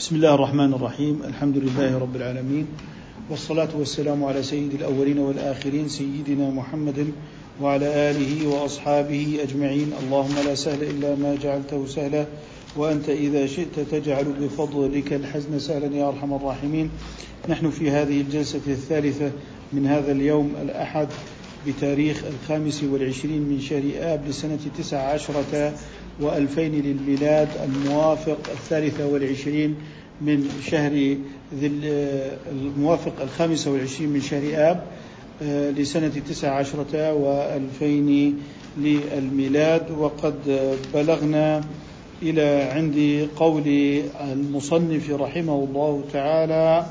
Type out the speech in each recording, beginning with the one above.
بسم الله الرحمن الرحيم. الحمد لله رب العالمين، والصلاة والسلام على سيد الأولين والآخرين سيدنا محمد وعلى آله وأصحابه أجمعين. اللهم لا سهل إلا ما جعلته سهلا، وأنت إذا شئت تجعل بفضلك الحزن سهلا يا أرحم الراحمين. نحن في هذه الجلسة الثالثة من هذا اليوم الأحد بتاريخ 25 من شهر آب لسنة 19 و2000 للميلاد، الموافق 23 من شهر الموافق 25 من شهر آب لسنة 19 و2000 للميلاد. وقد بلغنا إلى عند قول المصنف رحمه الله تعالى: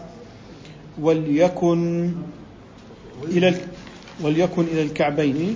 وليكن إلى الكعبين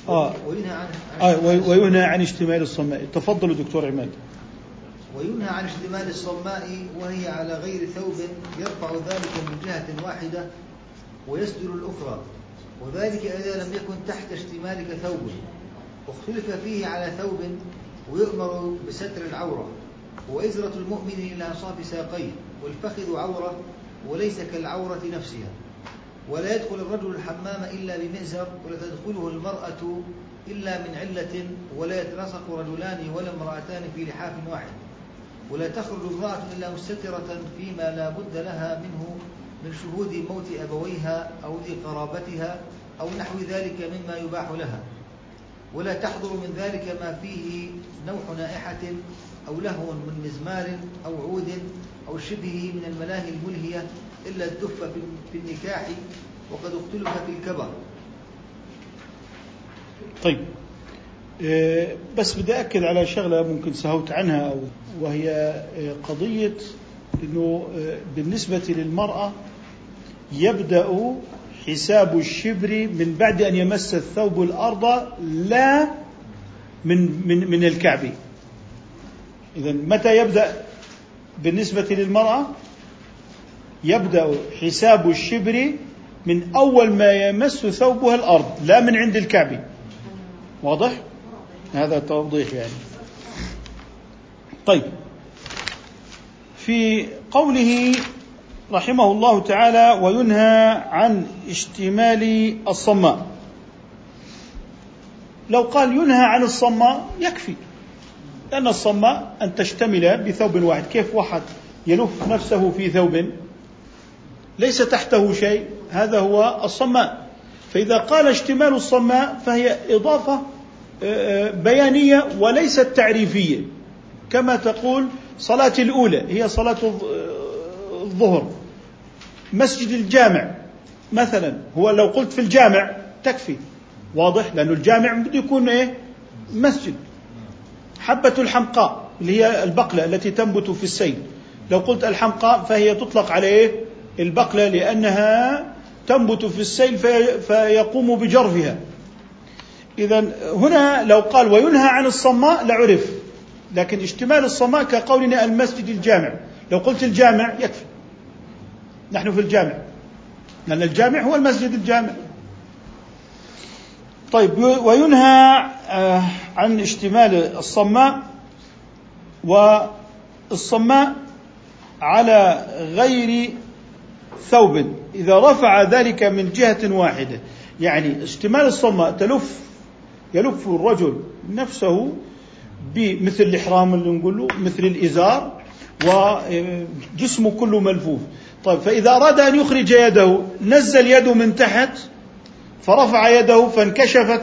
وينهى عن اشتمال الصماء. تفضلوا دكتور عماد. وينهى عن اشتمال الصماء وهي على غير ثوب يرفع ذلك من جهة واحدة ويسدل الأخرى، وذلك إذا لم يكن تحت اشتمالك ثوب. واختلف فيه على ثوب ويؤمر بستر العورة، وإزرة المؤمن إلى أنصاف ساقيه، والفخذ عورة وليس كالعورة نفسها. ولا يدخل الرجل الحمام إلا بمئزر، ولا تدخله المرأة إلا من علة، ولا يتلاصق رجلان ولا امرأتان في لحاف واحد. ولا تخرج امرأة إلا مستترة فيما لا بد لها منه من شهود موت أبويها أو ذي قرابتها أو نحو ذلك مما يباح لها. ولا تحضر من ذلك ما فيه نوح نائحة أو لهو من مزمار أو عود أو شبهه من الملاهي الملهية إلا الدف في النكاح، وقد اختلف في الكبر. طيب، بس بدي أكد على شغلة ممكن سهوت عنها، وهي قضية أنه بالنسبة للمرأة يبدأ حساب الشبر من بعد أن يمس الثوب الأرض، لا من الكعب. إذن متى يبدأ بالنسبة للمرأة؟ يبدأ حساب الشبر من أول ما يمس ثوبها الأرض، لا من عند الكعب. واضح؟ هذا توضيح يعني. طيب، في قوله رحمه الله تعالى: وينهى عن اشتمال الصماء، لو قال ينهى عن الصماء يكفي، لأن الصماء أن تشتمل بثوب واحد. كيف واحد يلف نفسه في ثوب ليس تحته شيء؟ هذا هو الصماء. فإذا قال اشتمال الصماء فهي إضافة بيانية وليست تعريفية، كما تقول صلاة الأولى هي صلاة الظهر. مسجد الجامع مثلا، هو لو قلت في الجامع تكفي، واضح، لأن الجامع بده يكون مسجد. حبة الحمقاء اللي هي البقلة التي تنبت في السيل، لو قلت الحمقاء فهي تطلق عليه البقلة لأنها تنبت في السيل فيقوم بجرفها. إذن هنا لو قال وينهى عن الصماء لعرف، لكن اشتمال الصماء كقولنا المسجد الجامع، لو قلت الجامع يكفي، نحن في الجامع، لأن الجامع هو المسجد الجامع. طيب، وينهى عن اشتمال الصماء، والصماء على غير ثوب إذا رفع ذلك من جهة واحدة. يعني اشتمال الصماء يلف الرجل نفسه بمثل الإحرام اللي نقوله، مثل الإزار، وجسمه كله ملفوف. طيب، فإذا أراد أن يخرج يده نزل يده من تحت فرفع يده فانكشفت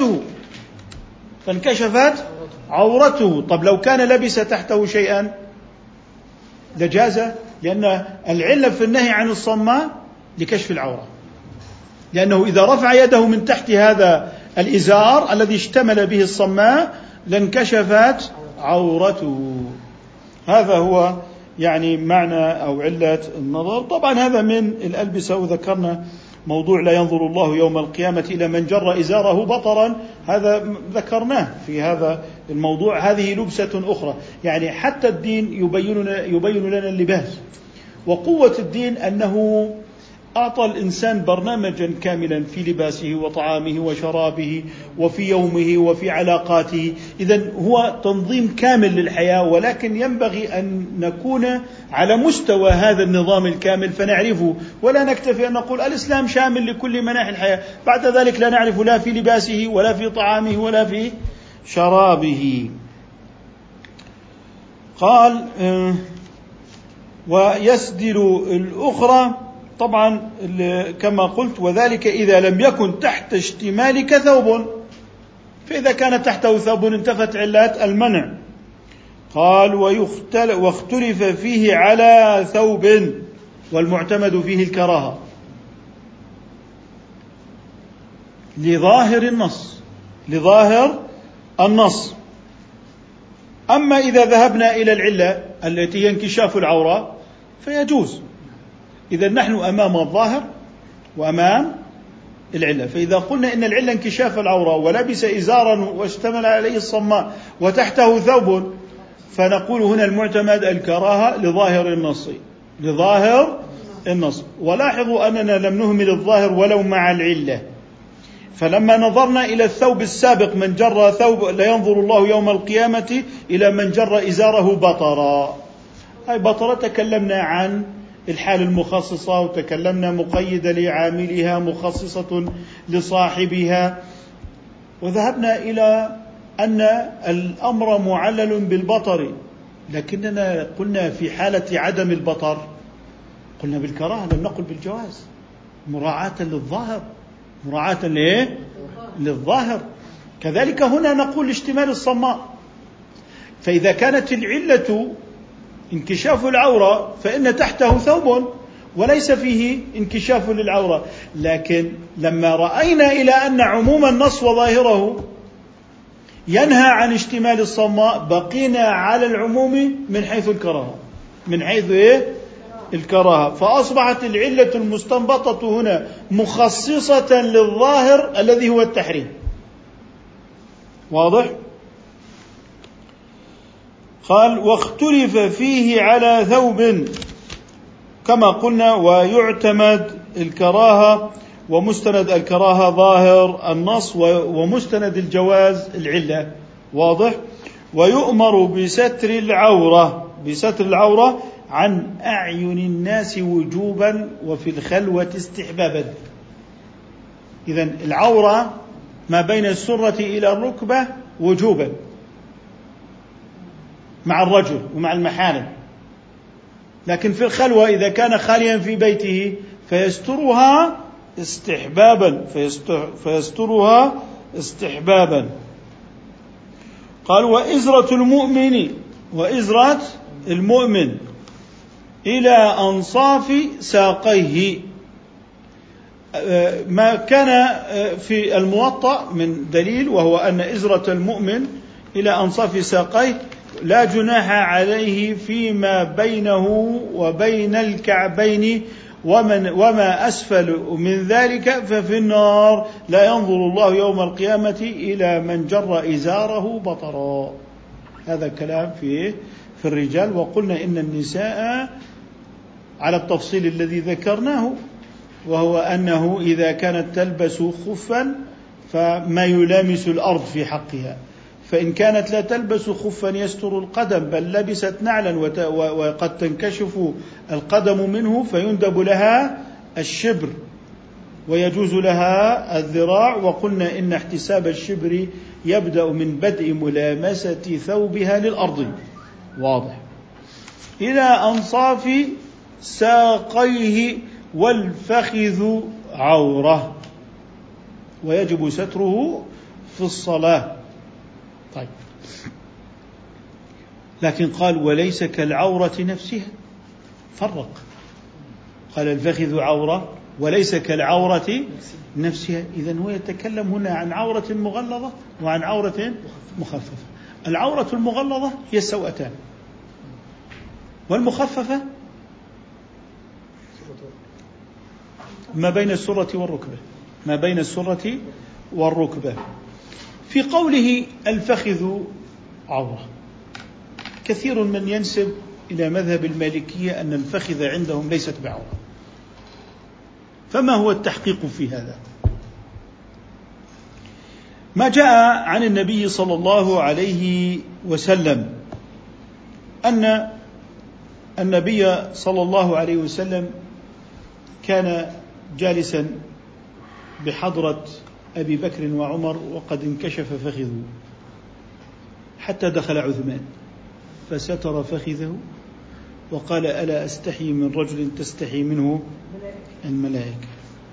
عورته. طب لو كان لبس تحته شيئا لجاز، لأن العلة في النهي عن الصماء لكشف العورة، لأنه إذا رفع يده من تحت هذا الإزار الذي اشتمل به الصماء لانكشفت عورته. هذا هو يعني معنى أو علة النظر. طبعا هذا من الألبسة، وذكرنا موضوع لا ينظر الله يوم القيامة إلى من جر إزاره بطرا، هذا ذكرناه في هذا الموضوع. هذه لبسة أخرى، يعني حتى الدين يبين لنا اللباس. وقوة الدين أنه أعطى الإنسان برنامجا كاملا في لباسه وطعامه وشرابه وفي يومه وفي علاقاته. إذن هو تنظيم كامل للحياة، ولكن ينبغي أن نكون على مستوى هذا النظام الكامل فنعرفه، ولا نكتفي أن نقول الإسلام شامل لكل مناحي الحياة، بعد ذلك لا نعرف لا في لباسه ولا في طعامه ولا في شرابه. قال ويسدل الأخرى، طبعا كما قلت وذلك إذا لم يكن تحت اشتمالك ثوب، فإذا كان تحته ثوب انتفت علات المنع. قال واختلف فيه على ثوب، والمعتمد فيه الكراهة لظاهر النص. أما إذا ذهبنا إلى العلة التي هي انكشاف العورة فيجوز. إذا نحن أمام الظاهر وأمام العلة، فإذا قلنا إن العلة انكشاف العورة ولبس إزارا واشتمل عليه الصماء وتحته ثوب، فنقول هنا المعتمد الكراهة لظاهر النص. ولاحظوا أننا لم نهمل الظاهر ولو مع العلة، فلما نظرنا إلى الثوب السابق من جر ثوب لا ينظر الله يوم القيامة إلى من جر إزاره بطرا، هاي بطرة تكلمنا عن الحال المخصصة، وتكلمنا مقيدة لعاملها مخصصة لصاحبها، وذهبنا إلى أن الأمر معلل بالبطر، لكننا قلنا في حالة عدم البطر قلنا بالكراهة، لم نقل بالجواز، مراعاة للظاهر. كذلك هنا نقول اشتمال الصماء، فإذا كانت العلة انكشاف العورة فإن تحته ثوب وليس فيه انكشاف للعورة، لكن لما رأينا إلى أن عموم النص وظاهره ينهى عن اشتمال الصماء بقينا على العموم من حيث الكراهة، فأصبحت العلة المستنبطة هنا مخصصة للظاهر الذي هو التحريم. واضح؟ قال واختلف فيه على ثوب كما قلنا، ويعتمد الكراهة، ومستند الكراهة ظاهر النص، ومستند الجواز العلة. واضح؟ ويؤمر بستر العورة عن أعين الناس وجوبا، وفي الخلوة استحبابا. إذن العورة ما بين السرة إلى الركبة وجوبا مع الرجل ومع المحارم، لكن في الخلوة إذا كان خاليا في بيته فيسترها استحبابا. قال وإزرة المؤمن إلى أنصاف ساقيه، ما كان في الموطأ من دليل، وهو أن إزرة المؤمن إلى أنصاف ساقيه لا جناح عليه فيما بينه وبين الكعبين، وما أسفل من ذلك ففي النار، لا ينظر الله يوم القيامة إلى من جر إزاره بطرا. هذا كلام في الرجال. وقلنا إن النساء على التفصيل الذي ذكرناه، وهو أنه إذا كانت تلبس خفا فما يلامس الأرض في حقها، فإن كانت لا تلبس خفا يستر القدم بل لبست نعلا وقد تنكشف القدم منه فيندب لها الشبر ويجوز لها الذراع. وقلنا إن احتساب الشبر يبدأ من بدء ملامسة ثوبها للأرض. واضح؟ إلى أنصاف ساقيه، والفخذ عورة ويجب ستره في الصلاة. طيب، لكن قال وليس كالعورة نفسها، فرق، قال الفخذ عورة وليس كالعورة نفسها. إذن هو يتكلم هنا عن عورة مغلظة وعن عورة مخففة. العورة المغلظة هي السوأتان، والمخففة ما بين السرة والركبة. في قوله الفخذ عورة، كثير من ينسب إلى مذهب المالكية أن الفخذ عندهم ليست بعورة، فما هو التحقيق في هذا؟ ما جاء عن النبي صلى الله عليه وسلم أن النبي صلى الله عليه وسلم كان جالسا بحضرة أبي بكر وعمر وقد انكشف فخذه حتى دخل عثمان فستر فخذه وقال: ألا أستحي من رجل تستحي منه الملائكة.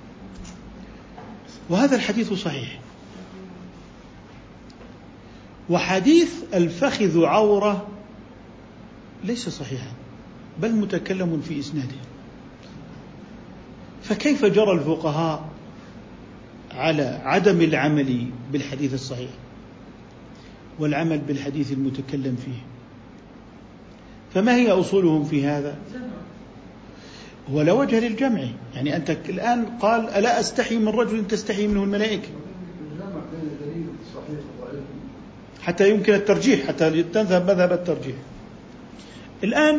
وهذا الحديث صحيح. وحديث الفخذ عورة ليس صحيحا بل متكلم في إسناده. فكيف جرى الفقهاء على عدم العمل بالحديث الصحيح والعمل بالحديث المتكلم فيه؟ فما هي أصولهم في هذا؟ ولا وجه للجمع. يعني أنت الآن قال: ألا أستحي من رجل تستحي منه الملائكة، حتى يمكن الترجيح، حتى تذهب مذهب الترجيح. الآن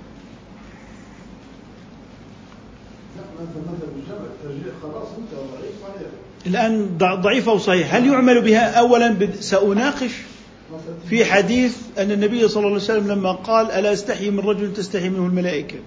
ضعيف أو صحيح، هل يعمل بها؟ أولا سأناقش في حديث أن النبي صلى الله عليه وسلم لما قال: ألا أستحي من رجل تستحي منه الملائكة.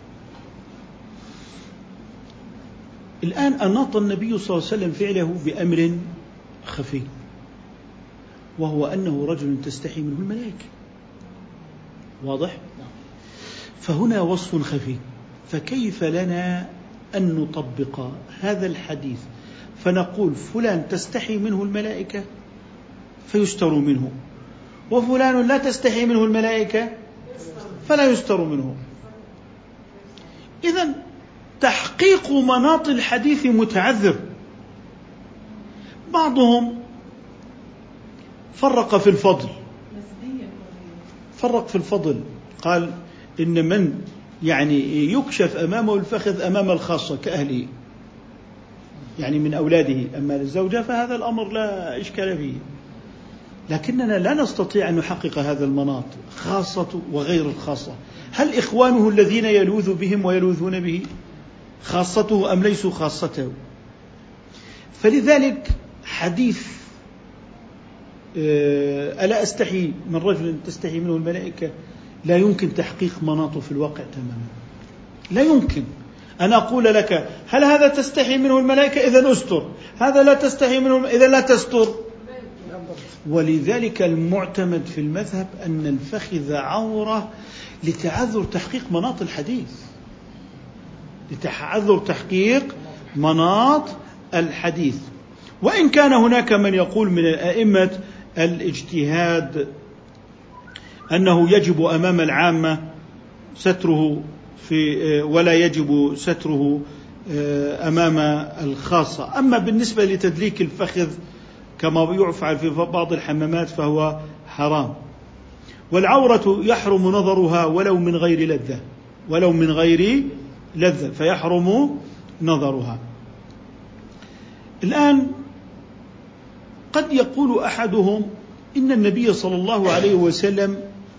الآن أناط النبي صلى الله عليه وسلم فعله بأمر خفي، وهو أنه رجل تستحي منه الملائكة. واضح؟ فهنا وصف خفي، فكيف لنا أن نطبق هذا الحديث فنقول فلان تستحي منه الملائكة فيستر منه، وفلان لا تستحي منه الملائكة فلا يستر منه؟ إذن تحقيق مناط الحديث متعذر. بعضهم فرق في الفضل، قال إن من يعني يكشف أمامه الفخذ أمام الخاصة كأهله، يعني من أولاده، أما الزوجة فهذا الأمر لا إشكال فيه. لكننا لا نستطيع أن نحقق هذا المناط، خاصة وغير الخاصة. هل إخوانه الذين يلوذ بهم ويلوذون به خاصته أم ليسوا خاصته؟ فلذلك حديث ألا أستحي من رجل تستحي منه الملائكة لا يمكن تحقيق مناطه في الواقع تماما. لا يمكن أن أقول لك: هل هذا تستحي منه الملائكة؟ إذن أستر. هذا لا تستحي منه، إذن لا تستر. ولذلك المعتمد في المذهب أن الفخذ عورة لتعذر تحقيق مناط الحديث، لتعذر تحقيق مناط الحديث. وإن كان هناك من يقول من الأئمة الاجتهاد أنه يجب أمام العامة ستره ولا يجب ستره أمام الخاصة. أما بالنسبة لتدليك الفخذ كما يفعل في بعض الحمامات فهو حرام. والعورة يحرم نظرها ولو من غير لذة فيحرم نظرها. الآن قد يقول أحدهم إن النبي صلى الله عليه وسلم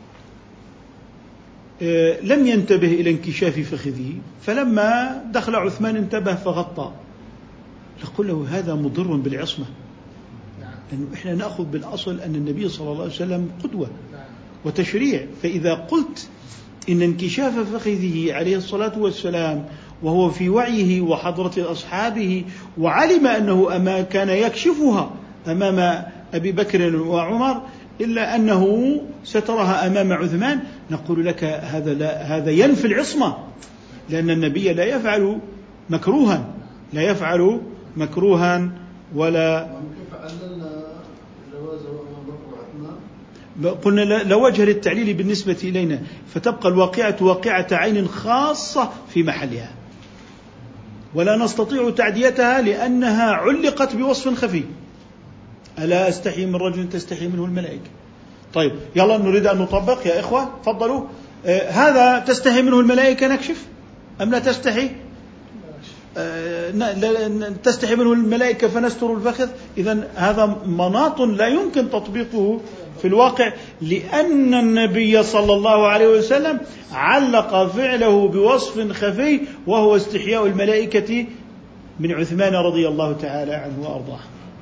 لم ينتبه إلى انكشاف فخذه، فلما دخل عثمان انتبه فغطى. نقول له: هذا مضر بالعصمة، لأنه إحنا نأخذ بالأصل أن النبي صلى الله عليه وسلم قدوة وتشريع. فإذا قلت إن انكشاف فخذه عليه الصلاة والسلام وهو في وعيه وحضرة أصحابه وعلم أنه كان يكشفها أمام أبي بكر وعمر إلا أنه سترها أمام عثمان، نقول لك هذا ينفي العصمة، لأن النبي لا يفعل مكروها ولا. قلنا لا وجه للتعليل بالنسبة إلينا، فتبقى الواقعة واقعة عين خاصة في محلها، ولا نستطيع تعديتها لأنها علقت بوصف خفي. ألا أستحي من رجل تستحي منه الملائكة. طيب يلا نريد أن نطبق يا إخوة، تفضلوا. هذا تستحي منه الملائكة نكشف أم لا تستحي؟ تستحي منه الملائكة فنستر الفخذ. إذن هذا مناط لا يمكن تطبيقه في الواقع، لأن النبي صلى الله عليه وسلم علق فعله بوصف خفي وهو استحياء الملائكة من عثمان رضي الله تعالى عنه وأرضاه،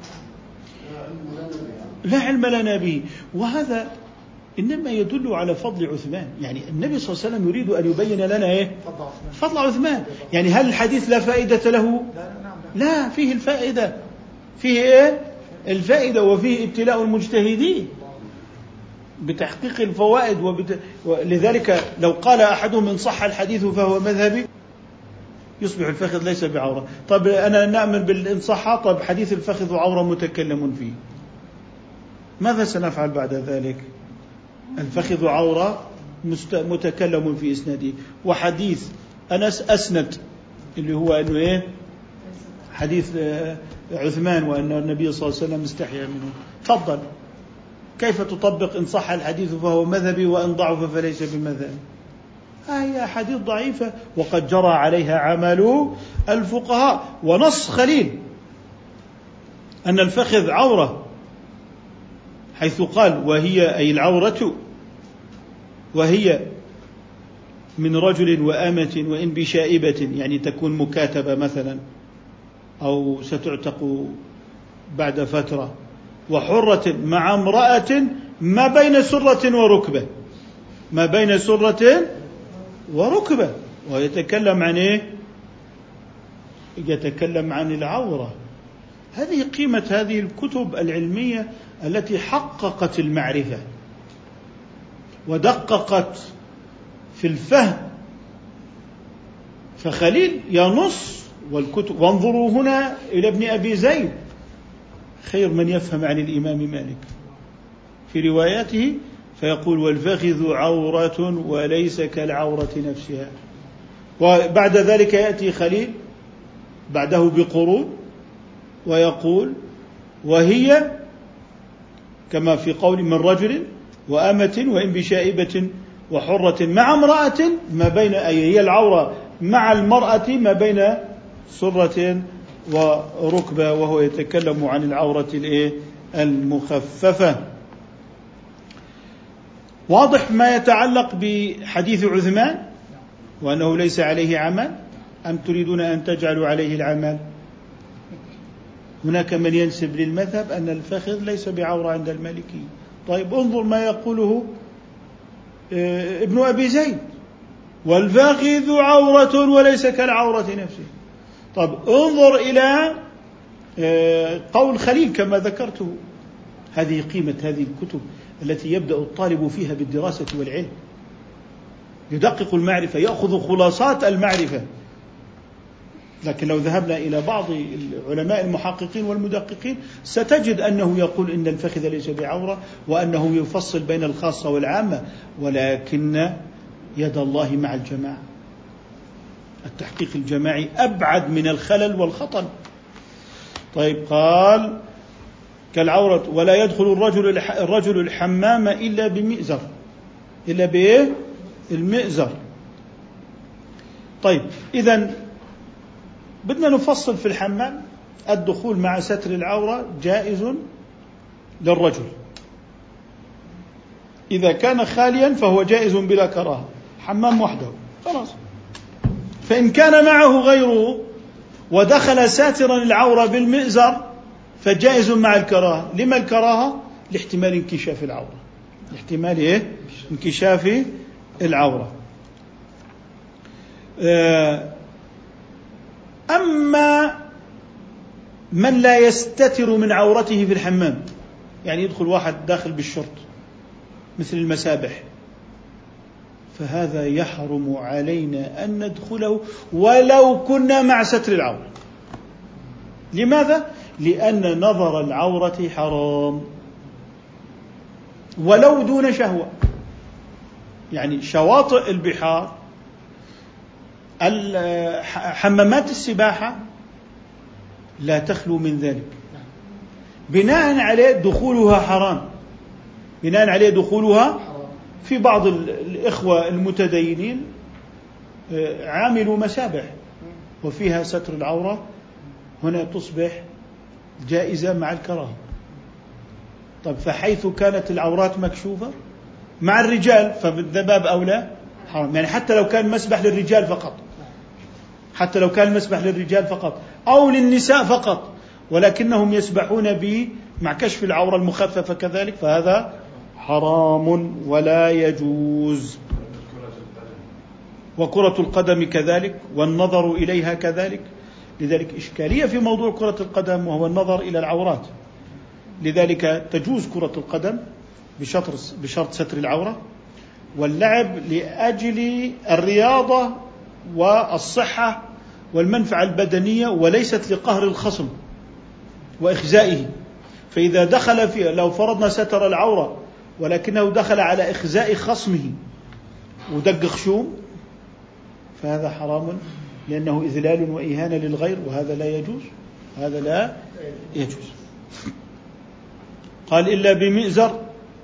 لا علم لنا به. وهذا إنما يدل على فضل عثمان. يعني النبي صلى الله عليه وسلم يريد أن يبين لنا إيه؟ فضل عثمان. يعني هل الحديث لا فائدة له؟ لا، فيه الفائدة، فيه إيه؟ الفائدة، وفيه ابتلاء المجتهدين بتحقيق الفوائد لذلك لو قال أحدهم إن صح الحديث فهو مذهبي يصبح الفخذ ليس بعورة. طب أنا نأمن بالإن صح، طب حديث الفخذ عورة متكلم فيه، ماذا سنفعل بعد ذلك؟ الفخذ عورة متكلم في إسناده، وحديث أنس أسند اللي هو أنه إيه؟ حديث عثمان وأن النبي صلى الله عليه وسلم استحيا منه. تفضل، كيف تطبق إن صح الحديث فهو مذهبي وإن ضعف فليس بمذهبي؟ هي حديث ضعيفة وقد جرى عليها عمل الفقهاء. ونص خليل أن الفخذ عورة، حيث قال وهي أي العورة وهي من رجل وأمة وإن بشائبة، يعني تكون مكاتبة مثلا أو ستعتق بعد فترة، وحرة مع امرأة ما بين سرة وركبة، ما بين سرة وركبة. ويتكلم عن إيه؟ يتكلم عن العورة. هذه قيمة هذه الكتب العلمية التي حققت المعرفة ودققت في الفهم. فخليل ينص والكتب، وانظروا هنا إلى ابن أبي زيد خير من يفهم عن الإمام مالك في رواياته، فيقول والفخذ عورة وليس كالعورة نفسها. وبعد ذلك يأتي خليل بعده بقرون ويقول وهي كما في قول من رجل وأمة وإن بشائبة وحرة مع امرأة ما بين، أي هي العورة مع المرأة ما بين سرة وركبة، وهو يتكلم عن العورة المخففة. واضح ما يتعلق بحديث عثمان وأنه ليس عليه عمل، أم تريدون أن تجعلوا عليه العمل؟ هناك من ينسب للمذهب أن الفخذ ليس بعورة عند المالكي. طيب انظر ما يقوله ابن أبي زيد والفخذ عورة وليس كالعورة نفسه. طب انظر إلى قول خليل كما ذكرته. هذه قيمة هذه الكتب التي يبدأ الطالب فيها بالدراسة والعلم، يدقق المعرفة، يأخذ خلاصات المعرفة. لكن لو ذهبنا إلى بعض العلماء المحققين والمدققين ستجد أنه يقول إن الفخذ ليس بعورة، وأنه يفصل بين الخاصة والعامة، ولكن يد الله مع الجماعة. التحقيق الجماعي أبعد من الخلل والخطل. طيب قال كالعورة ولا يدخل الرجل الحمام إلا بمئزر، إلا بإيه؟ المئزر. طيب إذن بدنا نفصل في الحمام. الدخول مع ستر العورة جائز للرجل إذا كان خاليا، فهو جائز بلا كراهة، حمام وحده خلاص. فإن كان معه غيره ودخل ساترا العورة بالمئزر فجائز مع الكراهة. لما الكراهة؟ لاحتمال انكشاف العورة، لاحتمال إيه؟ انكشاف العورة. أما من لا يستتر من عورته في الحمام، يعني يدخل واحد داخل بالشرط مثل المسابح، فهذا يحرم علينا أن ندخله ولو كنا مع ستر العورة. لماذا؟ لأن نظر العورة حرام ولو دون شهوة. يعني شواطئ البحار، حمامات السباحة لا تخلو من ذلك، بناء عليه دخولها حرام، بناء عليه دخولها. في بعض الإخوة المتدينين عاملوا مسابح وفيها ستر العورة، هنا تصبح جائزة مع الكراهة. طب فحيث كانت العورات مكشوفة مع الرجال فبالذباب أولى حرام، يعني حتى لو كان مسبح للرجال فقط. حتى لو كان المسبح للرجال فقط أو للنساء فقط، ولكنهم يسبحون مع كشف العورة المخففة كذلك، فهذا حرام ولا يجوز. وكرة القدم كذلك، والنظر إليها كذلك. لذلك إشكالية في موضوع كرة القدم وهو النظر إلى العورات. لذلك تجوز كرة القدم بشرط ستر العورة، واللعب لأجل الرياضة والصحة والمنفعة البدنية، وليست لقهر الخصم وإخزائه. فإذا دخل لو فرضنا ستر العورة ولكنه دخل على إخزاء خصمه ودق خشوم، فهذا حرام، لأنه إذلال وإهانة للغير، وهذا لا يجوز. هذا لا يجوز. قال إلا بمئزر.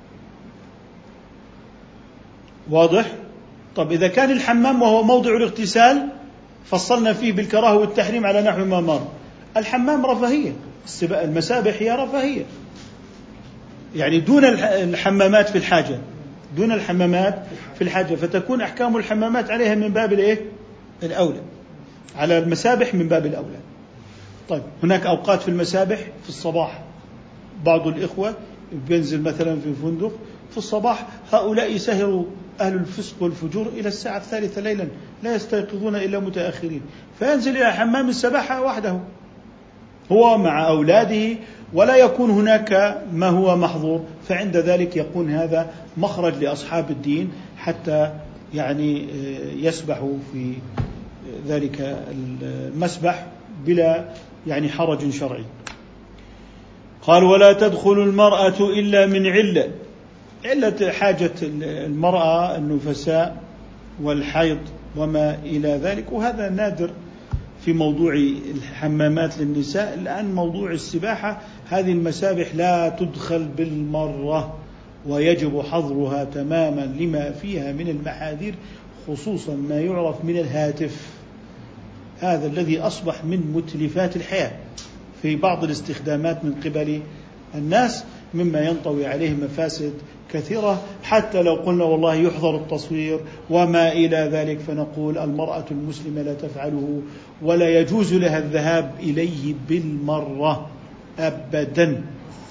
واضح؟ طب إذا كان الحمام وهو موضع الاغتسال فصلنا فيه بالكراهة والتحريم على نحو ما مر. الحمام رفاهية، المسابح هي رفاهية، يعني دون الحمامات في الحاجة، دون الحمامات في الحاجة، فتكون أحكام الحمامات عليها من باب الأولى، على المسابح من باب الأولى. طيب هناك أوقات في المسابح في الصباح، بعض الإخوة بينزل مثلا في فندق في الصباح، هؤلاء يسهروا أهل الفسق والفجور إلى الساعة 3 ليلا، لا يستيقظون إلا متأخرين، فينزل إلى حمام السباحة وحده هو مع أولاده، ولا يكون هناك ما هو محظور. فعند ذلك يكون هذا مخرج لأصحاب الدين حتى يعني يسبحوا في ذلك المسبح بلا يعني حرج شرعي. قال ولا تدخل المرأة إلا من علة حاجة المرأة، النفساء والحيض وما إلى ذلك، وهذا نادر في موضوع الحمامات للنساء. الآن موضوع السباحة، هذه المسابح لا تدخل بالمرة، ويجب حظرها تماما لما فيها من المحاذير، خصوصا ما يعرف من الهاتف، هذا الذي أصبح من متلفات الحياة في بعض الاستخدامات من قبل الناس، مما ينطوي عليه مفاسد كثيرة. حتى لو قلنا والله يحظر التصوير وما إلى ذلك، فنقول المرأة المسلمة لا تفعله، ولا يجوز لها الذهاب إليه بالمرة أبدا.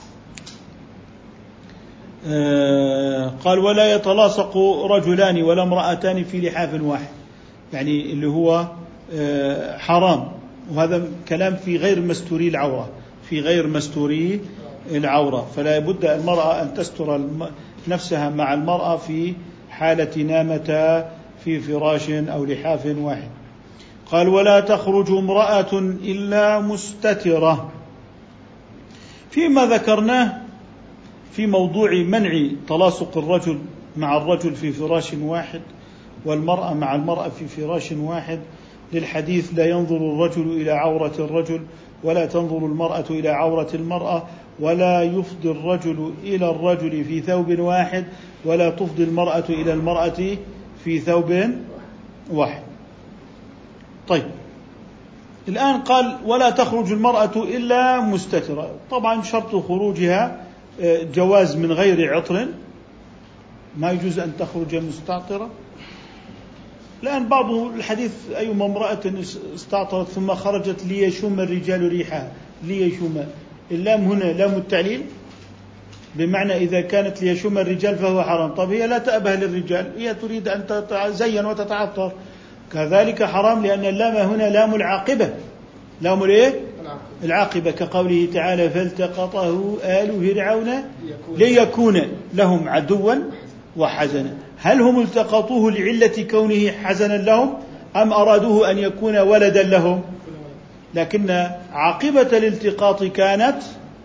قال ولا يتلاصق رجلان ولا امرأتان في لحاف واحد، يعني اللي هو حرام، وهذا كلام في غير مستوري العورة، في غير مستوري العورة، فلا بد المرأة أن تستر نفسها مع المرأة في حالة نامتا في فراش أو لحاف واحد. قال ولا تخرج امرأة إلا مستترة. فيما ذكرناه في موضوع منع تلاصق الرجل مع الرجل في فراش واحد والمرأة مع المرأة في فراش واحد، للحديث لا ينظر الرجل إلى عورة الرجل ولا تنظر المرأة إلى عورة المرأة، ولا يفضي الرجل إلى الرجل في ثوب واحد، ولا تفضي المرأة إلى المرأة في ثوب واحد. طيب الآن قال ولا تخرج المرأة إلا مستترة. طبعا شرط خروجها جواز من غير عطر، ما يجوز أن تخرج مستعطرة. الآن بعض الحديث أيما امرأة استعطرت ثم خرجت ليشم الرجال ريحها، ليشم، اللام هنا لام التعليل، بمعنى إذا كانت ليشم الرجال فهو حرام. طب هي لا تأبه للرجال، هي تريد أن تتزين وتتعطر، كذلك حرام، لأن اللام هنا لام العاقبة، لام العاقبة، كقوله تعالى فالتقطه آل فرعون ليكون لهم عدوا وحزنا. هل هم التقطوه لعلة كونه حزنا لهم أم أرادوه أن يكون ولدا لهم؟ لكن عاقبة الالتقاط كانت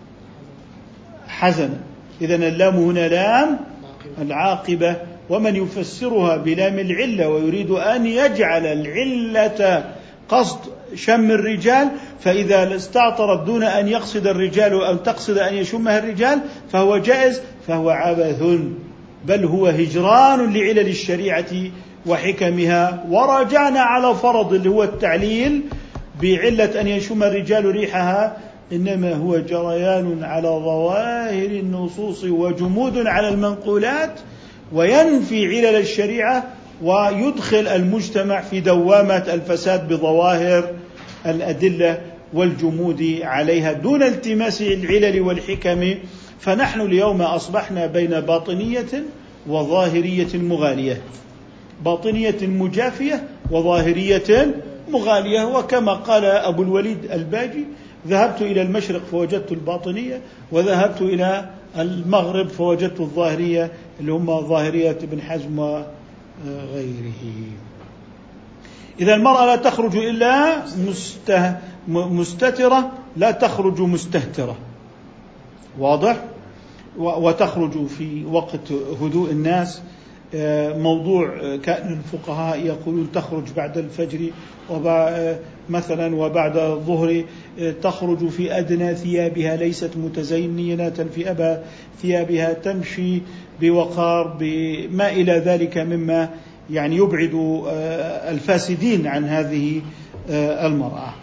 حزنا. إذن اللام هنا لام العاقبة. ومن يفسرها بلام العلة ويريد أن يجعل العلة قصد شم الرجال، فإذا استعطرت دون أن يقصد الرجال أو تقصد أن يشمها الرجال فهو جائز، فهو عبث، بل هو هجران لعلل الشريعة وحكمها. ورجعنا على فرض اللي هو التعليل بعلة أن يشم الرجال ريحها، إنما هو جريان على ظواهر النصوص وجمود على المنقولات، وينفي علل الشريعة ويدخل المجتمع في دوامة الفساد بظواهر الأدلة والجمود عليها دون التماس العلل والحكم. فنحن اليوم أصبحنا بين باطنية وظاهرية مغالية، باطنية مجافية وظاهرية مغالية. وكما قال أبو الوليد الباجي: ذهبت إلى المشرق فوجدت الباطنية، وذهبت إلى المغرب فوجدت الظاهرية، اللي هم ظاهرية ابن حزم وغيره. إذا المرأة لا تخرج إلا مستترة، لا تخرج مستهترة، واضح؟ وتخرج في وقت هدوء الناس. موضوع كان الفقهاء يقولون تخرج بعد الفجر مثلا وبعد الظهر، تخرج في أدنى ثيابها ليست متزينة في ثيابها، تمشي بوقار بما إلى ذلك مما يعني يبعد الفاسدين عن هذه المرأة.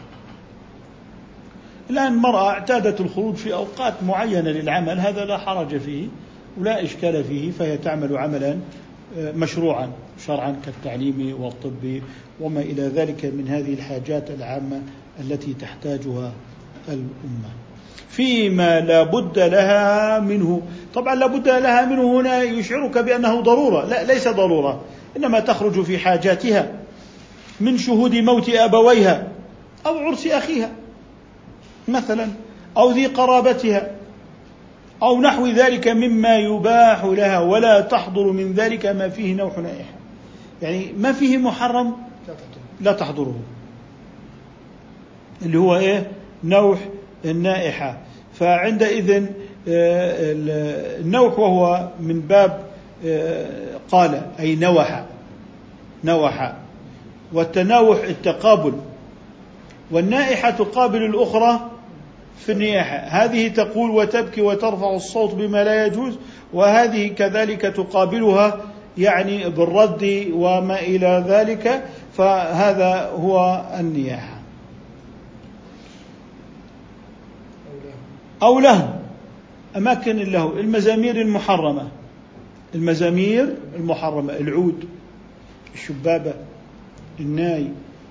الآن المرأة اعتادت الخروج في أوقات معينة للعمل، هذا لا حرج فيه ولا إشكال فيه، فهي تعمل عملا مشروعا شرعا كالتعليم والطب وما إلى ذلك من هذه الحاجات العامة التي تحتاجها الأمة. فيما لا بد لها منه، طبعا لا بد لها منه هنا يشعرك بأنه ضرورة، لا ليس ضرورة، إنما تخرج في حاجاتها من شهود موت أبويها أو عرس أخيها مثلا، أو ذي قرابتها أو نحو ذلك مما يباح لها، ولا تحضر من ذلك ما فيه نوح نائحة، يعني ما فيه محرم لا تحضره، اللي هو إيه؟ نوح النائحة. فعندئذ النوح وهو من باب قال أي نوح، والتناوح التقابل، والنائحة تقابل الأخرى في النياحة، هذه تقول وتبكي وترفع الصوت بما لا يجوز، وهذه كذلك تقابلها يعني بالرد وما إلى ذلك، فهذا هو النياحة. أو له أماكن له، المزامير المحرمة، العود، الشبابة، الناي،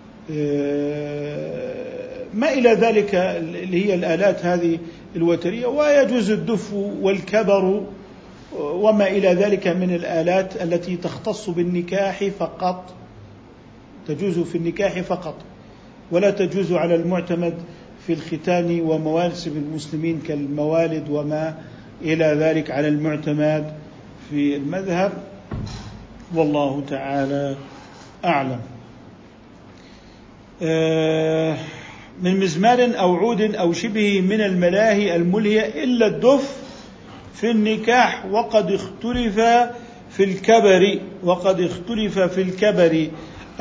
ما إلى ذلك اللي هي الآلات هذه الوترية، ويجوز الدف والكبر وما إلى ذلك من الآلات التي تختص بالنكاح فقط، تجوز في النكاح فقط، ولا تجوز على المعتمد في الختان ومواسم المسلمين كالموالد وما إلى ذلك على المعتمد في المذهب، والله تعالى أعلم. من مزمار أو عود أو شبه من الملاهي الملهية إلا الدف في النكاح، وقد اختلف في الكبر،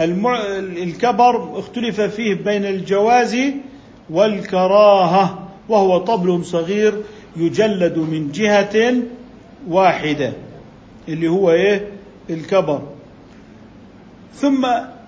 الكبر اختلف فيه بين الجواز والكراهة، وهو طبل صغير يجلد من جهة واحدة، اللي هو إيه؟ الكبر. ثم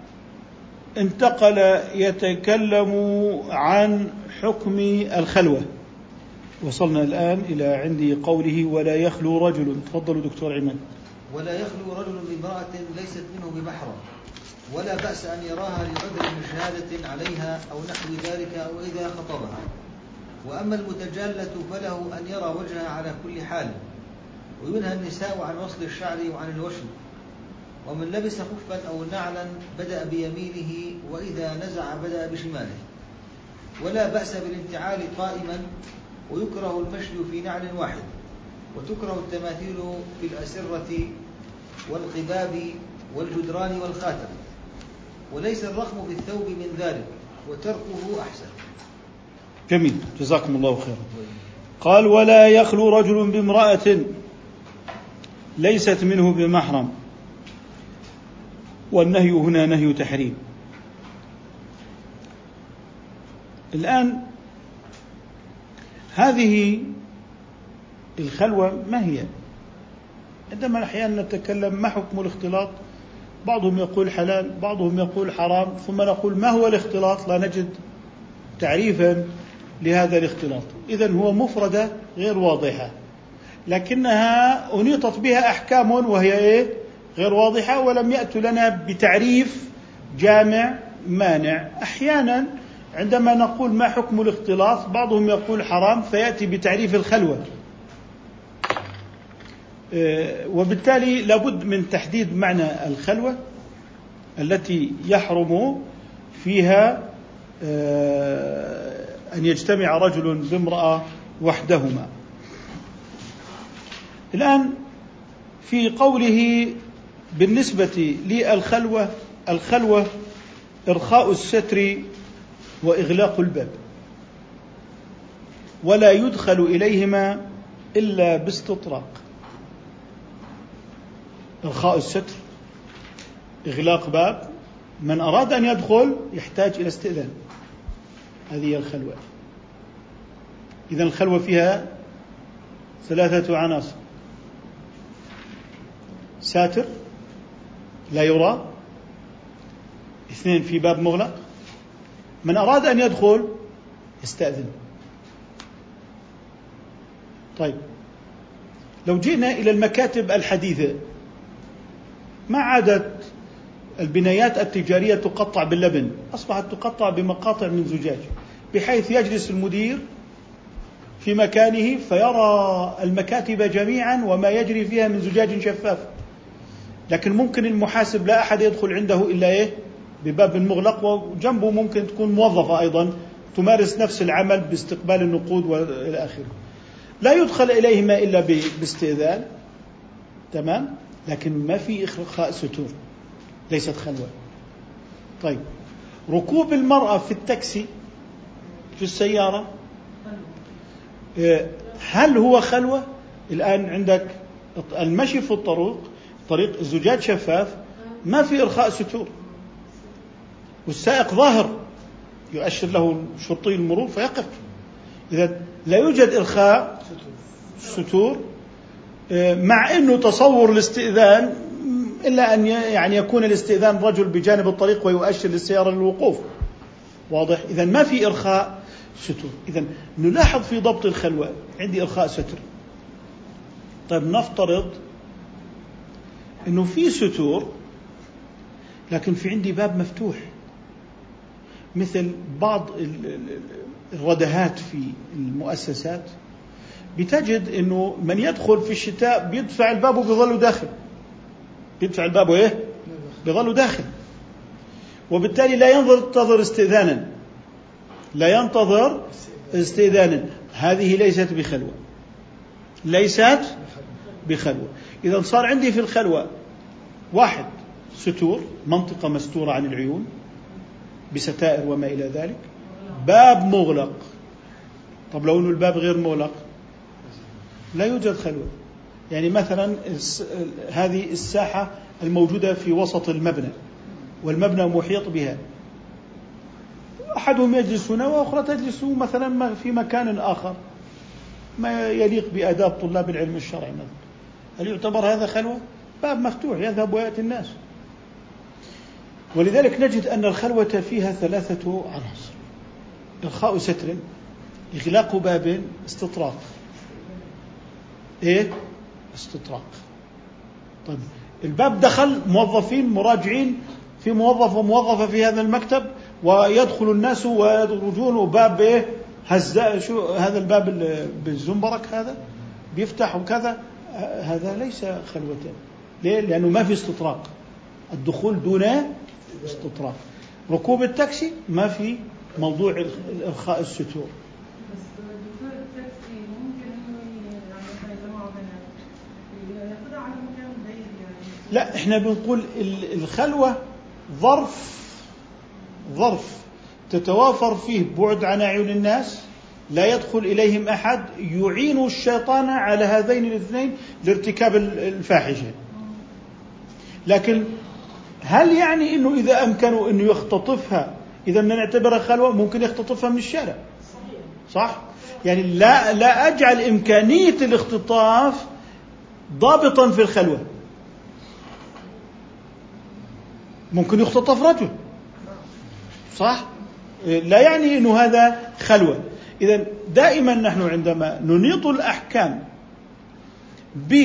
انتقل يتكلم عن حكم الخلوة. وصلنا الآن إلى عندي قوله ولا يخلو رجل. تفضلوا دكتور عماد. ولا يخلو رجل بامرأة ليست منه بمحرم، ولا بأس أن يراها لعذر من شهادة عليها أو نحو ذلك، أو إذا خطبها. وأما المتجالة فله أن يرى وجهها على كل حال، وينهى النساء عن وصل الشعر وعن الوشم. ومن لبس خفا أو نعلا بدأ بيمينه، وإذا نزع بدأ بشماله. ولا بأس بالانتعال قائما، ويكره المشي في نعل واحد، وتكره التماثيل في الأسرة والقباب والجدران والخاتم، وليس الرخم في الثوب من ذلك، وتركه أحسن. جميل، جزاكم الله خيرا. قال ولا يخلو رجل بامرأة ليست منه بمحرم، والنهي هنا نهي تحريم. الآن هذه الخلوة ما هي؟ عندما أحيانا نتكلم ما حكم الاختلاط، بعضهم يقول حلال، بعضهم يقول حرام، ثم نقول ما هو الاختلاط؟ لا نجد تعريفا لهذا الاختلاط. إذن هو مفردة غير واضحة، لكنها أنيطت بها أحكام، وهي إيه؟ غير واضحة، ولم يأتوا لنا بتعريف جامع مانع. أحيانا عندما نقول ما حكم الاختلاط بعضهم يقول حرام فيأتي بتعريف الخلوة، وبالتالي لابد من تحديد معنى الخلوة التي يحرم فيها أن يجتمع رجل بامرأة وحدهما. الآن في قوله بالنسبة للخلوة، الخلوة إرخاء الستر وإغلاق الباب، ولا يدخل إليهما إلا باستطراق. إرخاء الستر، إغلاق باب، من أراد أن يدخل يحتاج إلى استئذان، هذه هي الخلوة. إذن الخلوة فيها 3 عناصر: ساتر لا يرى، 2 في باب مغلق، من أراد أن يدخل يستأذن. طيب، لو جئنا إلى المكاتب الحديثة، ما عادت البنايات التجارية تقطع باللبن، أصبحت تقطع بمقاطع من زجاج، بحيث يجلس المدير في مكانه فيرى المكاتب جميعا وما يجري فيها من زجاج شفاف، لكن ممكن المحاسب لا أحد يدخل عنده إلا بباب مغلق، وجنبه ممكن تكون موظفة أيضا تمارس نفس العمل باستقبال النقود وإلى آخره. لا يدخل إليهما إلا باستئذان، تمام، لكن ما في إرخاء ستور، ليست خلوة. طيب، ركوب المرأة في التاكسي في السيارة هل هو خلوة؟ الآن عندك المشي في طريق الزجاج شفاف، ما في إرخاء ستور، والسائق ظاهر يؤشر له شرطي المرور فيقف. إذا لا يوجد إرخاء ستور، مع أنه تصور الاستئذان إلا أن يعني يكون الاستئذان رجل بجانب الطريق ويؤشر للسيارة للوقوف، واضح؟ إذا ما في إرخاء ستور. إذا نلاحظ في ضبط الخلوة عندي إرخاء ستر. طيب، نفترض أنه في ستور لكن في عندي باب مفتوح، مثل بعض الردهات في المؤسسات، بتجد أنه من يدخل في الشتاء بيدفع الباب وبيظل داخل، بيدفع الباب بيظل داخل، وبالتالي لا ينتظر استئذانا، لا ينتظر استئذانا. هذه ليست بخلوة، ليست بخلوة. إذا صار عندي في الخلوة 1 ستور، منطقة مستورة عن العيون بستائر وما إلى ذلك، باب مغلق. طب لو أنه الباب غير مغلق لا يوجد خلوة. يعني مثلا هذه الساحة الموجودة في وسط المبنى والمبنى محيط بها، أحدهم يجلس هنا وأخرى تجلس مثلا في مكان آخر ما يليق بآداب طلاب العلم الشرعي مثلا، هل يعتبر هذا خلوة؟ باب مفتوح يذهب ويأتي الناس. ولذلك نجد أن الخلوة فيها 3 عناصر: إرخاء ستر، إغلاق باب، استطراق. استطراق. طيب، الباب دخل موظفين مراجعين، في موظف وموظفة في هذا المكتب، ويدخل الناس ويخرجون، وباب شو هذا الباب بالزنبرك هذا بيفتح وكذا، هذا ليس خلوة. ليه؟ لأنه ما في استطراق، الدخول دون استطراق. ركوب التاكسي ما في موضوع إرخاء الستور. لا، احنا بنقول الخلوة ظرف تتوافر فيه بعد عن أعين الناس، لا يدخل إليهم أحد، يعين الشيطان على هذين الاثنين لارتكاب الفاحشة. لكن هل يعني أنه إذا أمكنوا أنه يختطفها إذا بدنا نعتبرها خلوة؟ ممكن يختطفها من الشارع، صح؟ يعني لا أجعل إمكانية الاختطاف ضابطا في الخلوة. ممكن يختطف رجل، صح؟ لا يعني أنه هذا خلوة. إذن دائما نحن عندما ننيط الأحكام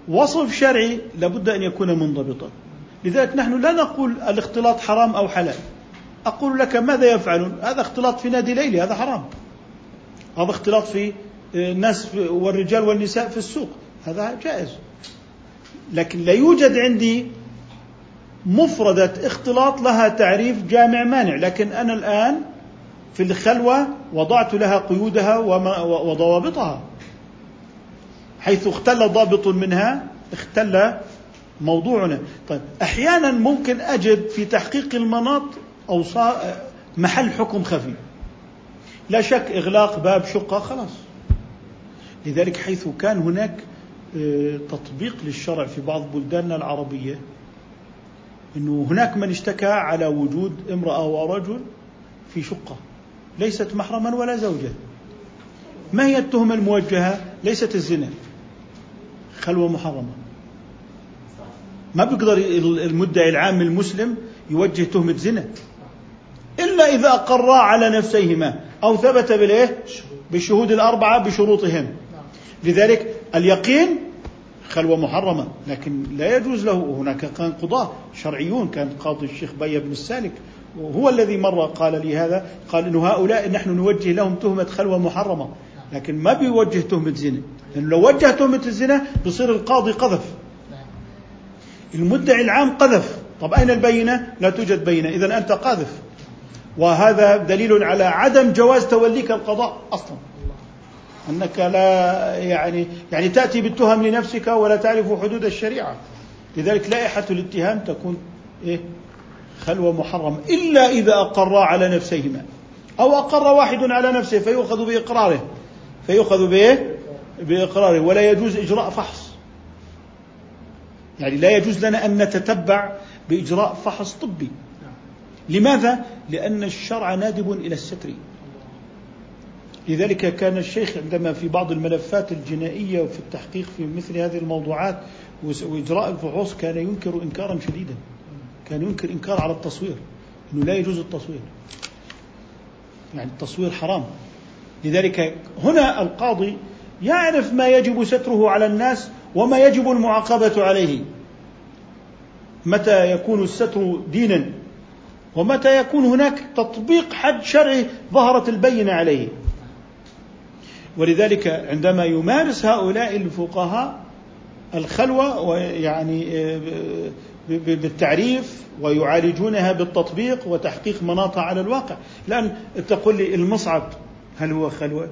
وصف شرعي لابد أن يكون منضبطا. لذلك نحن لا نقول الاختلاط حرام أو حلال. أقول لك ماذا يفعلون؟ هذا اختلاط في نادي ليلي، هذا حرام. هذا اختلاط في الناس والرجال والنساء في السوق، هذا جائز. لكن لا يوجد عندي مفردة اختلاط لها تعريف جامع مانع. لكن أنا الآن في الخلوة وضعت لها قيودها وضوابطها، حيث اختل ضابط منها اختل موضوعنا. طيب أحيانا ممكن أجد في تحقيق المناط أو محل حكم خفي، لا شك إغلاق باب شقة خلاص. لذلك حيث كان هناك تطبيق للشرع في بعض بلداننا العربية، إنه هناك من اشتكى على وجود امرأة ورجل في شقة ليست محرما ولا زوجة. ما هي التهمة الموجهة؟ ليست الزنا، خلوة محرمة. ما بيقدر المدعي العام المسلم يوجه تهمة زنا إلا إذا أقرا على نفسيهما أو ثبت بالشهود الأربعة بشروطهم. لذلك اليقين خلوة محرمة، لكن لا يجوز له. هناك كان قضاة شرعيون، كان قاضي الشيخ بيا بن السالك وهو الذي مرة قال لي هذا، قال إنه هؤلاء نحن نوجه لهم تهمة خلوة محرمة، لكن ما بيوجه تهمة زنا، لأنه لو وجه تهمة الزنا بصير القاضي قذف، المدعي العام قذف. طب أين البينة؟ لا توجد بينة، إذن أنت قاذف. وهذا دليل على عدم جواز توليك القضاء أصلا، أنك لا يعني تأتي بالتهم لنفسك ولا تعرف حدود الشريعة. لذلك لائحة الاتهام تكون خلوة محرم إلا إذا أقر على نفسيهما، أو أقر واحد على نفسه فيؤخذ بإقراره ولا يجوز إجراء فحص. يعني لا يجوز لنا أن نتتبع بإجراء فحص طبي. لماذا؟ لأن الشرع نادب إلى الستر. لذلك كان الشيخ عندما في بعض الملفات الجنائية وفي التحقيق في مثل هذه الموضوعات وإجراء الفحوص كان ينكر إنكارا شديدا، كان ينكر إنكار على التصوير، إنه لا يجوز التصوير، يعني التصوير حرام. لذلك هنا القاضي يعرف ما يجب ستره على الناس وما يجب المعاقبة عليه، متى يكون الستر دينا ومتى يكون هناك تطبيق حد شرعي ظهرت البينة عليه. ولذلك عندما يمارس هؤلاء الفقهاء الخلوة ويعني بالتعريف ويعالجونها بالتطبيق وتحقيق مناطها على الواقع. الآن تقول لي المصعد هل هو خلوة؟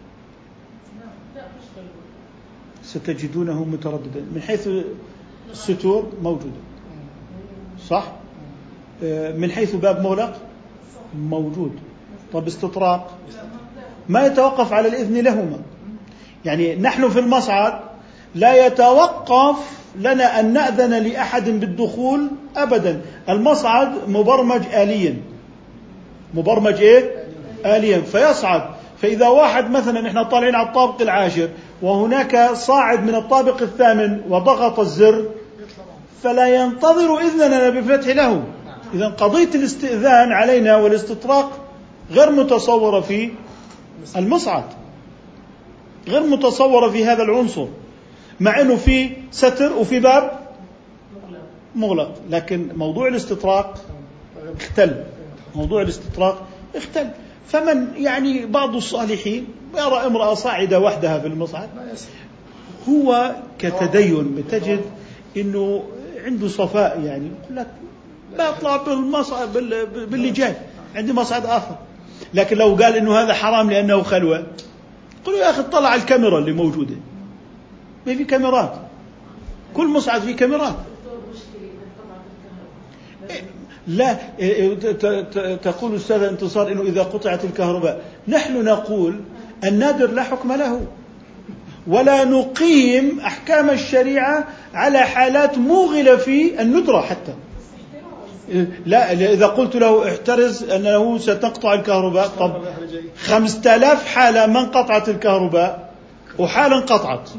ستجدونه مترددا. من حيث الستور موجودة صح؟ من حيث باب مغلق موجود. طب استطراق ما يتوقف على الإذن لهما. يعني نحن في المصعد لا يتوقف لنا أن نأذن لأحد بالدخول أبدا. المصعد مبرمج آليا، مبرمج آليا فيصعد. فإذا واحد مثلا نحن طالعين على الطابق العاشر وهناك صاعد من الطابق الثامن وضغط الزر فلا ينتظر إذننا بفتح له. إذا قضية الاستئذان علينا والاستطراق غير متصورة في المصعد، غير متصورة في هذا العنصر، مع أنه في ستر وفي باب مغلق. لكن موضوع الاستطراق اختل، موضوع الاستطراق اختل. فمن يعني بعض الصالحين يرى امرأة صاعدة وحدها في المصعد هو كتدين بتجد انه عنده صفاء، يعني يقول لك بطلع بالمصعد باللي جاي عندي مصعد آخر. لكن لو قال انه هذا حرام لأنه خلوة، قل يا أخي اطلع على الكاميرا اللي موجودة، ما في كاميرات، كل مصعد فيه كاميرات. لا تقول أستاذ انتصار إنه إذا قطعت الكهرباء، نحن نقول النادر لا حكم له، ولا نقيم أحكام الشريعة على حالات موغلة في الندرة حتى. لا إذا قلت له احترز أنه ستقطع الكهرباء، طب 5000 حالة من قطعت الكهرباء وحالا انقطعت،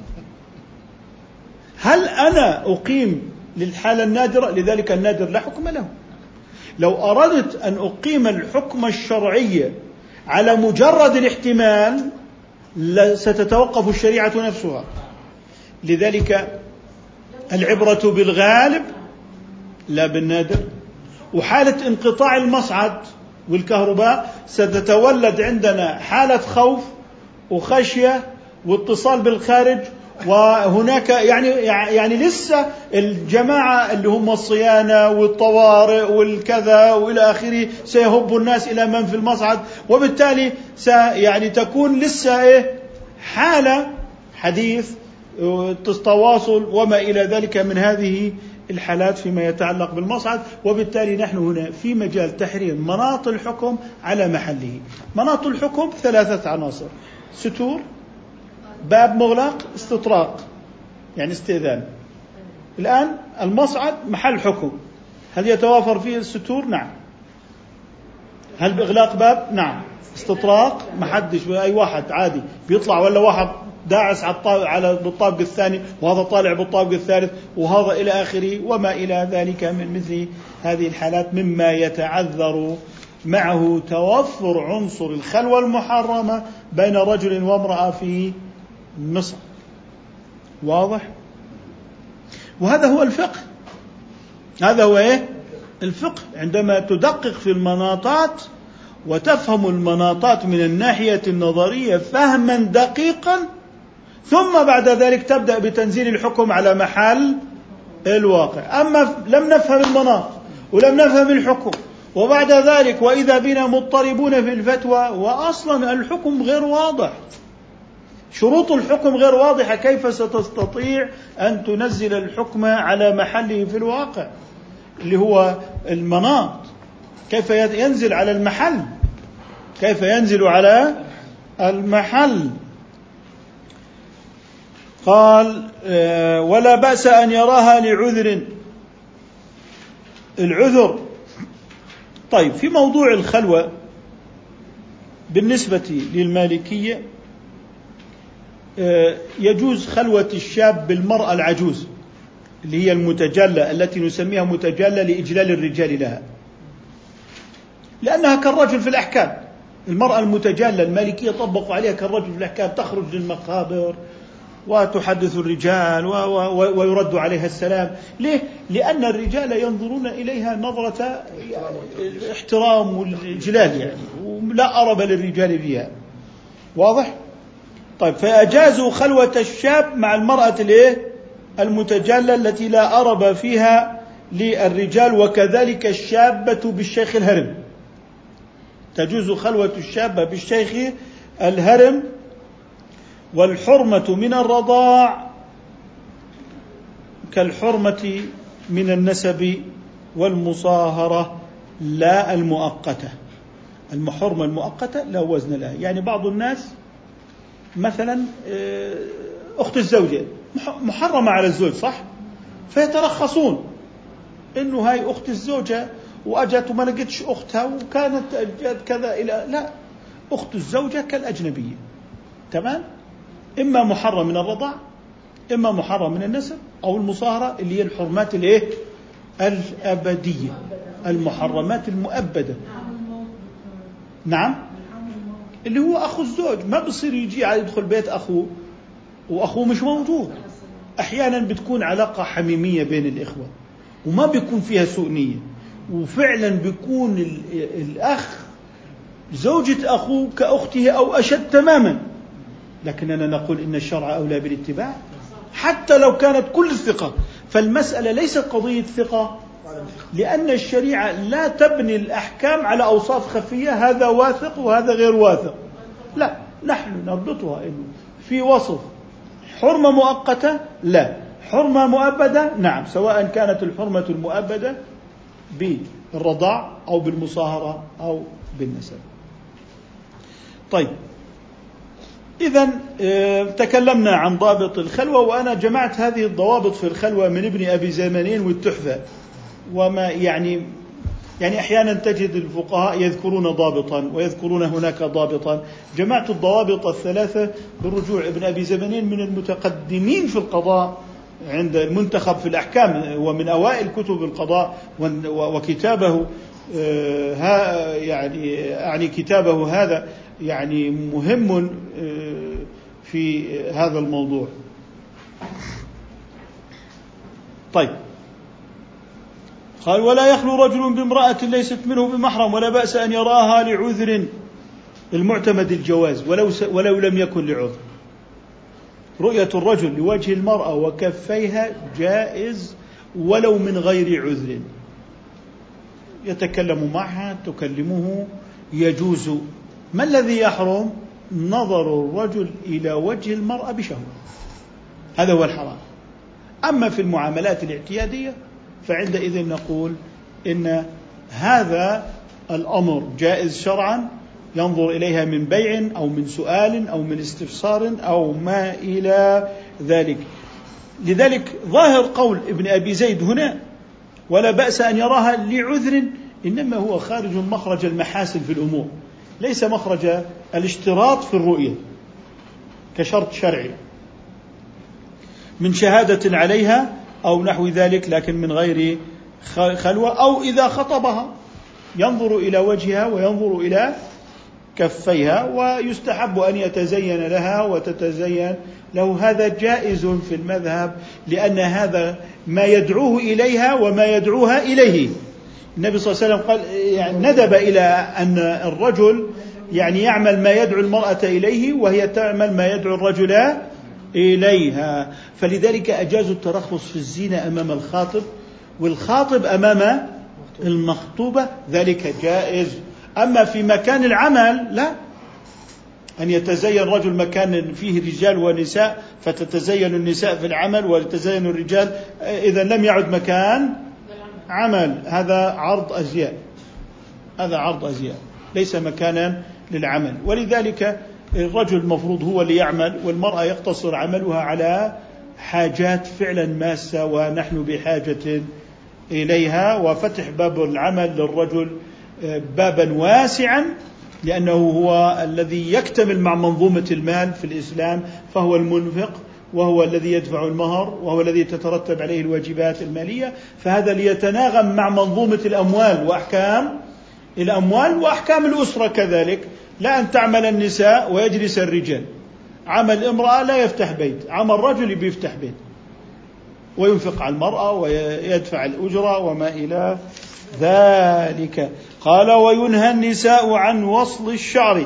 هل أنا أقيم للحالة النادرة؟ لذلك النادر لا حكم له. لو أردت أن أقيم الحكم الشرعي على مجرد الاحتمال ستتوقف الشريعة نفسها. لذلك العبرة بالغالب لا بالنادر. وحالة انقطاع المصعد والكهرباء ستتولد عندنا حالة خوف وخشية واتصال بالخارج، وهناك يعني لسه الجماعة اللي هم الصيانة والطوارئ والكذا وإلى آخره سيهب الناس إلى من في المصعد، وبالتالي يعني تكون لسه حالة حديث تواصل وما إلى ذلك من هذه الحالات فيما يتعلق بالمصعد. وبالتالي نحن هنا في مجال تحرير مناط الحكم على محله. مناط الحكم 3 عناصر: ستور، باب مغلق، استطراق يعني استئذان. الآن المصعد محل حكم، هل يتوافر فيه الستور؟ نعم. هل بإغلاق باب؟ نعم. استطراق محدش، أي واحد عادي بيطلع، ولا واحد داعس على بالطابق الثاني وهذا طالع بالطابق الثالث وهذا إلى آخره وما إلى ذلك من مثل هذه الحالات مما يتعذر معه توفر عنصر الخلوة المحرمة بين رجل وامرأة في مصر. واضح؟ وهذا هو الفقه. هذا هو الفقه. عندما تدقق في المناطات وتفهم المناطات من الناحية النظرية فهما دقيقا، ثم بعد ذلك تبدأ بتنزيل الحكم على محل الواقع. أما لم نفهم المناط ولم نفهم الحكم، وبعد ذلك وإذا بنا مضطربون في الفتوى، وأصلا الحكم غير واضح، شروط الحكم غير واضحة، كيف ستستطيع أن تنزل الحكم على محله في الواقع اللي هو المناط؟ كيف ينزل على المحل؟ كيف ينزل على المحل؟ قال ولا بأس أن يراها لعذر. العذر. طيب، في موضوع الخلوة بالنسبة للمالكية يجوز خلوة الشاب بالمرأة العجوز اللي هي المتجلة، التي نسميها متجلة لإجلال الرجال لها، لأنها كالرجل في الأحكام. المرأة المتجلة المالكية طبقوا عليها كالرجل في الأحكام، تخرج للمقابر وتحدث الرجال ويرد عليها السلام. ليه؟ لأن الرجال ينظرون إليها نظرة احترام والجلال يعني، ولا أرب للرجال فيها. واضح؟ طيب، فأجازوا خلوة الشاب مع المرأة المتجلة التي لا أرب فيها للرجال، وكذلك الشابة بالشيخ الهرم. تجوز خلوة الشابة بالشيخ الهرم. والحرمة من الرضاع كالحرمة من النسب والمصاهرة لا المؤقتة. الحرمة المؤقتة لا وزن لها. يعني بعض الناس مثلا أخت الزوجة محرمة على الزوج، صح؟ فيترخصون إنه هاي أخت الزوجة وأجت وما لقيتش أختها وكانت كذا إلى لا، أخت الزوجة كالأجنبية. تمام؟ إما محرم من الرضاع، إما محرم من النسب، أو المصاهرة اللي هي الحرمات الأبدية، المحرمات المؤبدة. نعم، اللي هو أخو الزوج ما بصير يجي يدخل بيت أخوه وأخوه مش موجود. أحيانا بتكون علاقة حميمية بين الإخوة وما بيكون فيها سوء نية، وفعلا بيكون الأخ زوجة أخوه كأخته أو أشد تماما، لكننا نقول إن الشرع أولى بالاتباع حتى لو كانت كل الثقة. فالمسألة ليست قضية ثقة، لأن الشريعة لا تبني الأحكام على أوصاف خفية، هذا واثق وهذا غير واثق. لا، نحن نربطها إنه في وصف حرمة مؤقتة، لا حرمة مؤبدة، نعم، سواء كانت الحرمة المؤبدة بالرضاع أو بالمصاهرة أو بالنسب. طيب، إذن تكلمنا عن ضابط الخلوة، وأنا جمعت هذه الضوابط في الخلوة من ابن أبي زمانين والتحفة. وما يعني أحيانا تجد الفقهاء يذكرون ضابطا ويذكرون هناك ضابطا. جمعت الضوابط الثلاثة بالرجوع ابن أبي زمانين من المتقدمين في القضاء عند المنتخب في الأحكام، ومن أوائل كتب القضاء، وكتابه يعني كتابه هذا يعني مهم في هذا الموضوع. طيب، قال ولا يخلو رجل بامرأة ليست منه بمحرم ولا بأس أن يراها لعذر، المعتمد الجواز ولو لم يكن لعذر. رؤية الرجل لوجه المرأة وكفيها جائز ولو من غير عذر، يتكلم معها تكلمه يجوز. ما الذي يحرم؟ نظر الرجل إلى وجه المرأة بشهوة، هذا هو الحرام. أما في المعاملات الاعتيادية فعندئذ نقول إن هذا الأمر جائز شرعا، ينظر إليها من بيع أو من سؤال أو من استفسار أو ما إلى ذلك. لذلك ظاهر قول ابن أبي زيد هنا ولا بأس أن يراها لعذر إنما هو خارج مخرج المحاسن في الأمور، ليس مخرج الاشتراط في الرؤية كشرط شرعي من شهادة عليها أو نحو ذلك، لكن من غير خلوة. أو إذا خطبها ينظر إلى وجهها وينظر إلى كفيها، ويستحب أن يتزين لها وتتزين له، هذا جائز في المذهب، لأن هذا ما يدعوه إليها وما يدعوها إليه. النبي صلى الله عليه وسلم قال يعني ندب إلى أن الرجل يعني يعمل ما يدعو المرأة إليه وهي تعمل ما يدعو الرجل إليها، فلذلك أجازوا الترخص في الزينة أمام الخاطب والخاطب أمام المخطوبة، ذلك جائز. أما في مكان العمل لا، أن يتزين رجل مكان فيه رجال ونساء فتتزين النساء في العمل ويتزين الرجال، إذا لم يعد مكان عمل، هذا عرض أزياء، هذا عرض أزياء ليس مكانا للعمل. ولذلك الرجل المفروض هو اللي يعمل، والمرأة يقتصر عملها على حاجات فعلا ماسة ونحن بحاجة إليها، وفتح باب العمل للرجل بابا واسعا، لأنه هو الذي يكتمل مع منظومة المال في الإسلام، فهو المنفق وهو الذي يدفع المهر وهو الذي تترتب عليه الواجبات المالية، فهذا ليتناغم مع منظومة الأموال وأحكام الأموال وأحكام الأسرة كذلك. لا أن تعمل النساء ويجلس الرجال، عمل امرأة لا يفتح بيت، عمل رجل بيفتح بيت وينفق على المرأة ويدفع الأجرة وما إلى ذلك. قال وينهى النساء عن وصل الشعر،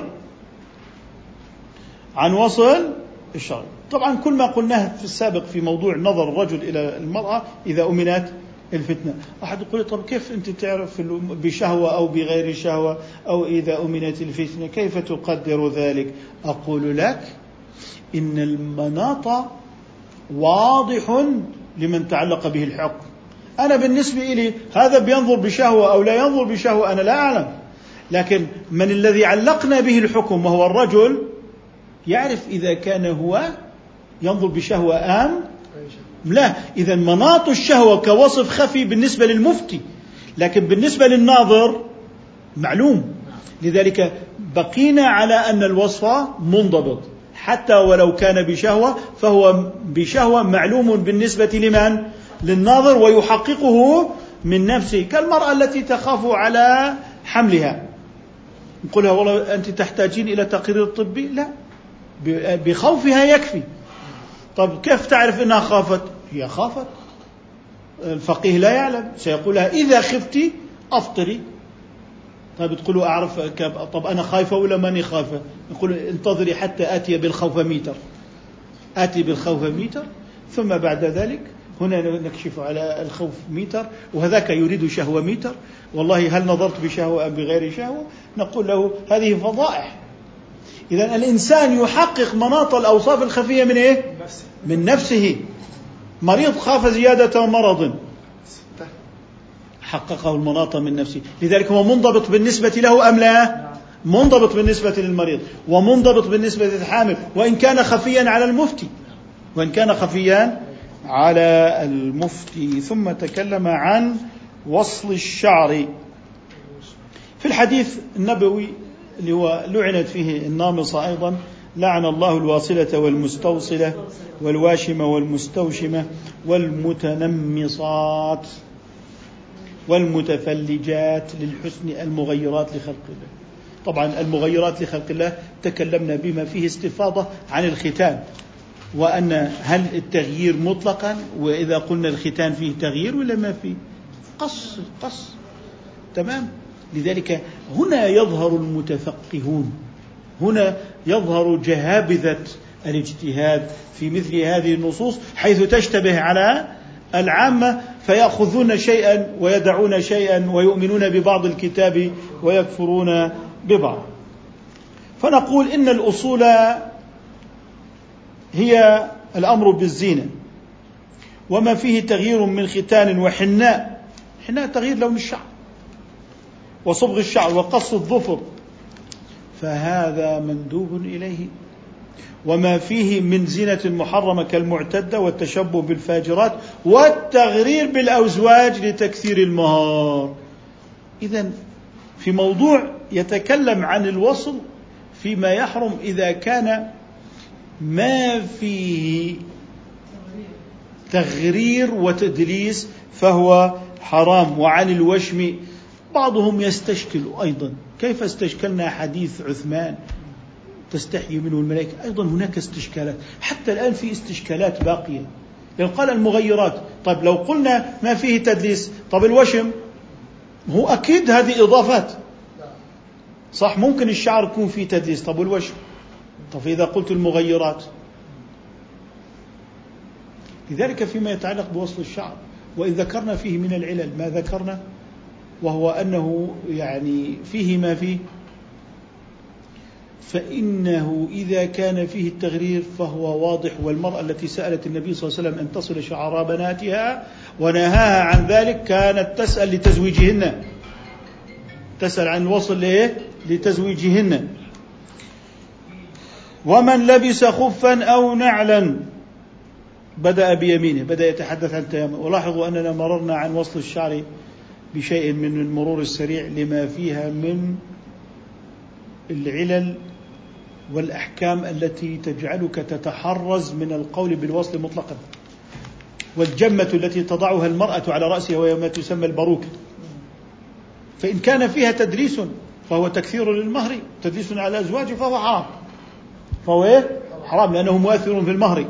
عن وصل الشعر. طبعا كل ما قلناه في السابق في موضوع نظر الرجل إلى المرأة إذا أمنت الفتنة. أحد يقول طب كيف أنت تعرف بشهوة أو بغير شهوة أو إذا أمنت الفتنة كيف تقدر ذلك؟ أقول لك إن المناط واضح لمن تعلق به الحكم. أنا بالنسبة إلي هذا بينظر بشهوة أو لا ينظر بشهوة أنا لا أعلم، لكن من الذي علقنا به الحكم وهو الرجل يعرف إذا كان هو ينظر بشهوة أم لا. إذا مناط الشهوة كوصف خفي بالنسبة للمفتي، لكن بالنسبة للناظر معلوم. لذلك بقينا على أن الوصف منضبط، حتى ولو كان بشهوة فهو بشهوة معلوم بالنسبة لمن؟ للناظر، ويحققه من نفسه. كالمرأة التي تخاف على حملها نقولها والله أنت تحتاجين إلى تقرير طبي؟ لا، بخوفها يكفي. طب كيف تعرف أنها خافت؟ هي خافت، الفقيه لا يعلم، سيقولها إذا خفتي أفطري. طيب تقولوا أعرف طب أنا خايفة ولا ماني خايفة؟ نقول انتظري حتى آتي بالخوفميتر، آتي بالخوفميتر ثم بعد ذلك هنا نكشف على الخوف ميتر، وهذاك يريد شهوة ميتر، والله هل نظرت بشهوة أم بغير شهوة؟ نقول له هذه فضائح. إذن الإنسان يحقق مناط الأوصاف الخفية من إيه؟ من نفسه. مريض خاف زيادة مرض حققه المناط من نفسه، لذلك هو منضبط بالنسبة له أم لا؟ منضبط بالنسبة للمريض ومنضبط بالنسبة للحامل، وإن كان خفيا على المفتي، وإن كان خفيا على المفتي. ثم تكلم عن وصل الشعر في الحديث النبوي اللي هو لعنت فيه النامصة أيضا: لعن الله الواصلة والمستوصلة والواشمة والمستوشمة والمتنمصات والمتفلجات للحسن المغيرات لخلق الله. طبعا المغيرات لخلق الله تكلمنا بما فيه استفاضة عن الختان، وأن هل التغيير مطلقا، وإذا قلنا الختان فيه تغيير ولا ما فيه قص تمام. لذلك هنا يظهر المتفقهون، هنا يظهر جهابذة الاجتهاد في مثل هذه النصوص، حيث تشتبه على العامة فيأخذون شيئا ويدعون شيئا ويؤمنون ببعض الكتاب ويكفرون ببعض. فنقول إن الأصول هي الأمر بالزينة، وما فيه تغيير من ختان وحناء، حناء تغيير لون الشعر وصبغ الشعر وقص الظفر، فهذا مندوب إليه. وما فيه من زينة محرمة كالمعتدة والتشبه بالفاجرات والتغرير بالأزواج لتكثير المهار. إذن في موضوع يتكلم عن الوصل فيما يحرم إذا كان ما فيه تغرير وتدليس فهو حرام. وعن الوشم بعضهم يستشكل أيضا، كيف استشكلنا حديث عثمان تستحيي منه الملائكة؟ أيضا هناك استشكالات، حتى الآن في استشكالات باقية. يعني قال المغيرات، طيب لو قلنا ما فيه تدليس، طب الوشم هو أكيد هذه إضافات صح، ممكن الشعر يكون فيه تدليس، طب والوشم؟ طب إذا قلت المغيرات. لذلك فيما يتعلق بوصل الشعر، وإن ذكرنا فيه من العلل ما ذكرنا، وهو أنه يعني فيه ما فيه، فإنه إذا كان فيه التغرير فهو واضح. والمرأة التي سألت النبي صلى الله عليه وسلم أن تصل شعر بناتها ونهاها عن ذلك كانت تسأل لتزويجهن، تسأل عن الوصل لإيه؟ لتزويجهن. ومن لبس خفا أو نعلا بدأ بيمينه، بدأ يتحدث عن تيمم. ولاحظوا أننا مررنا عن وصل الشعر بشيء من المرور السريع لما فيها من العلل والأحكام التي تجعلك تتحرز من القول بالوصل مطلقا. والجمة التي تضعها المرأة على رأسها وهي ما تسمى البروكة، فإن كان فيها تدريس فهو تكثير للمهر، تدريس على الأزواج فهو حرام، فهو إيه؟ حرام، لأنه مؤثر في المهر.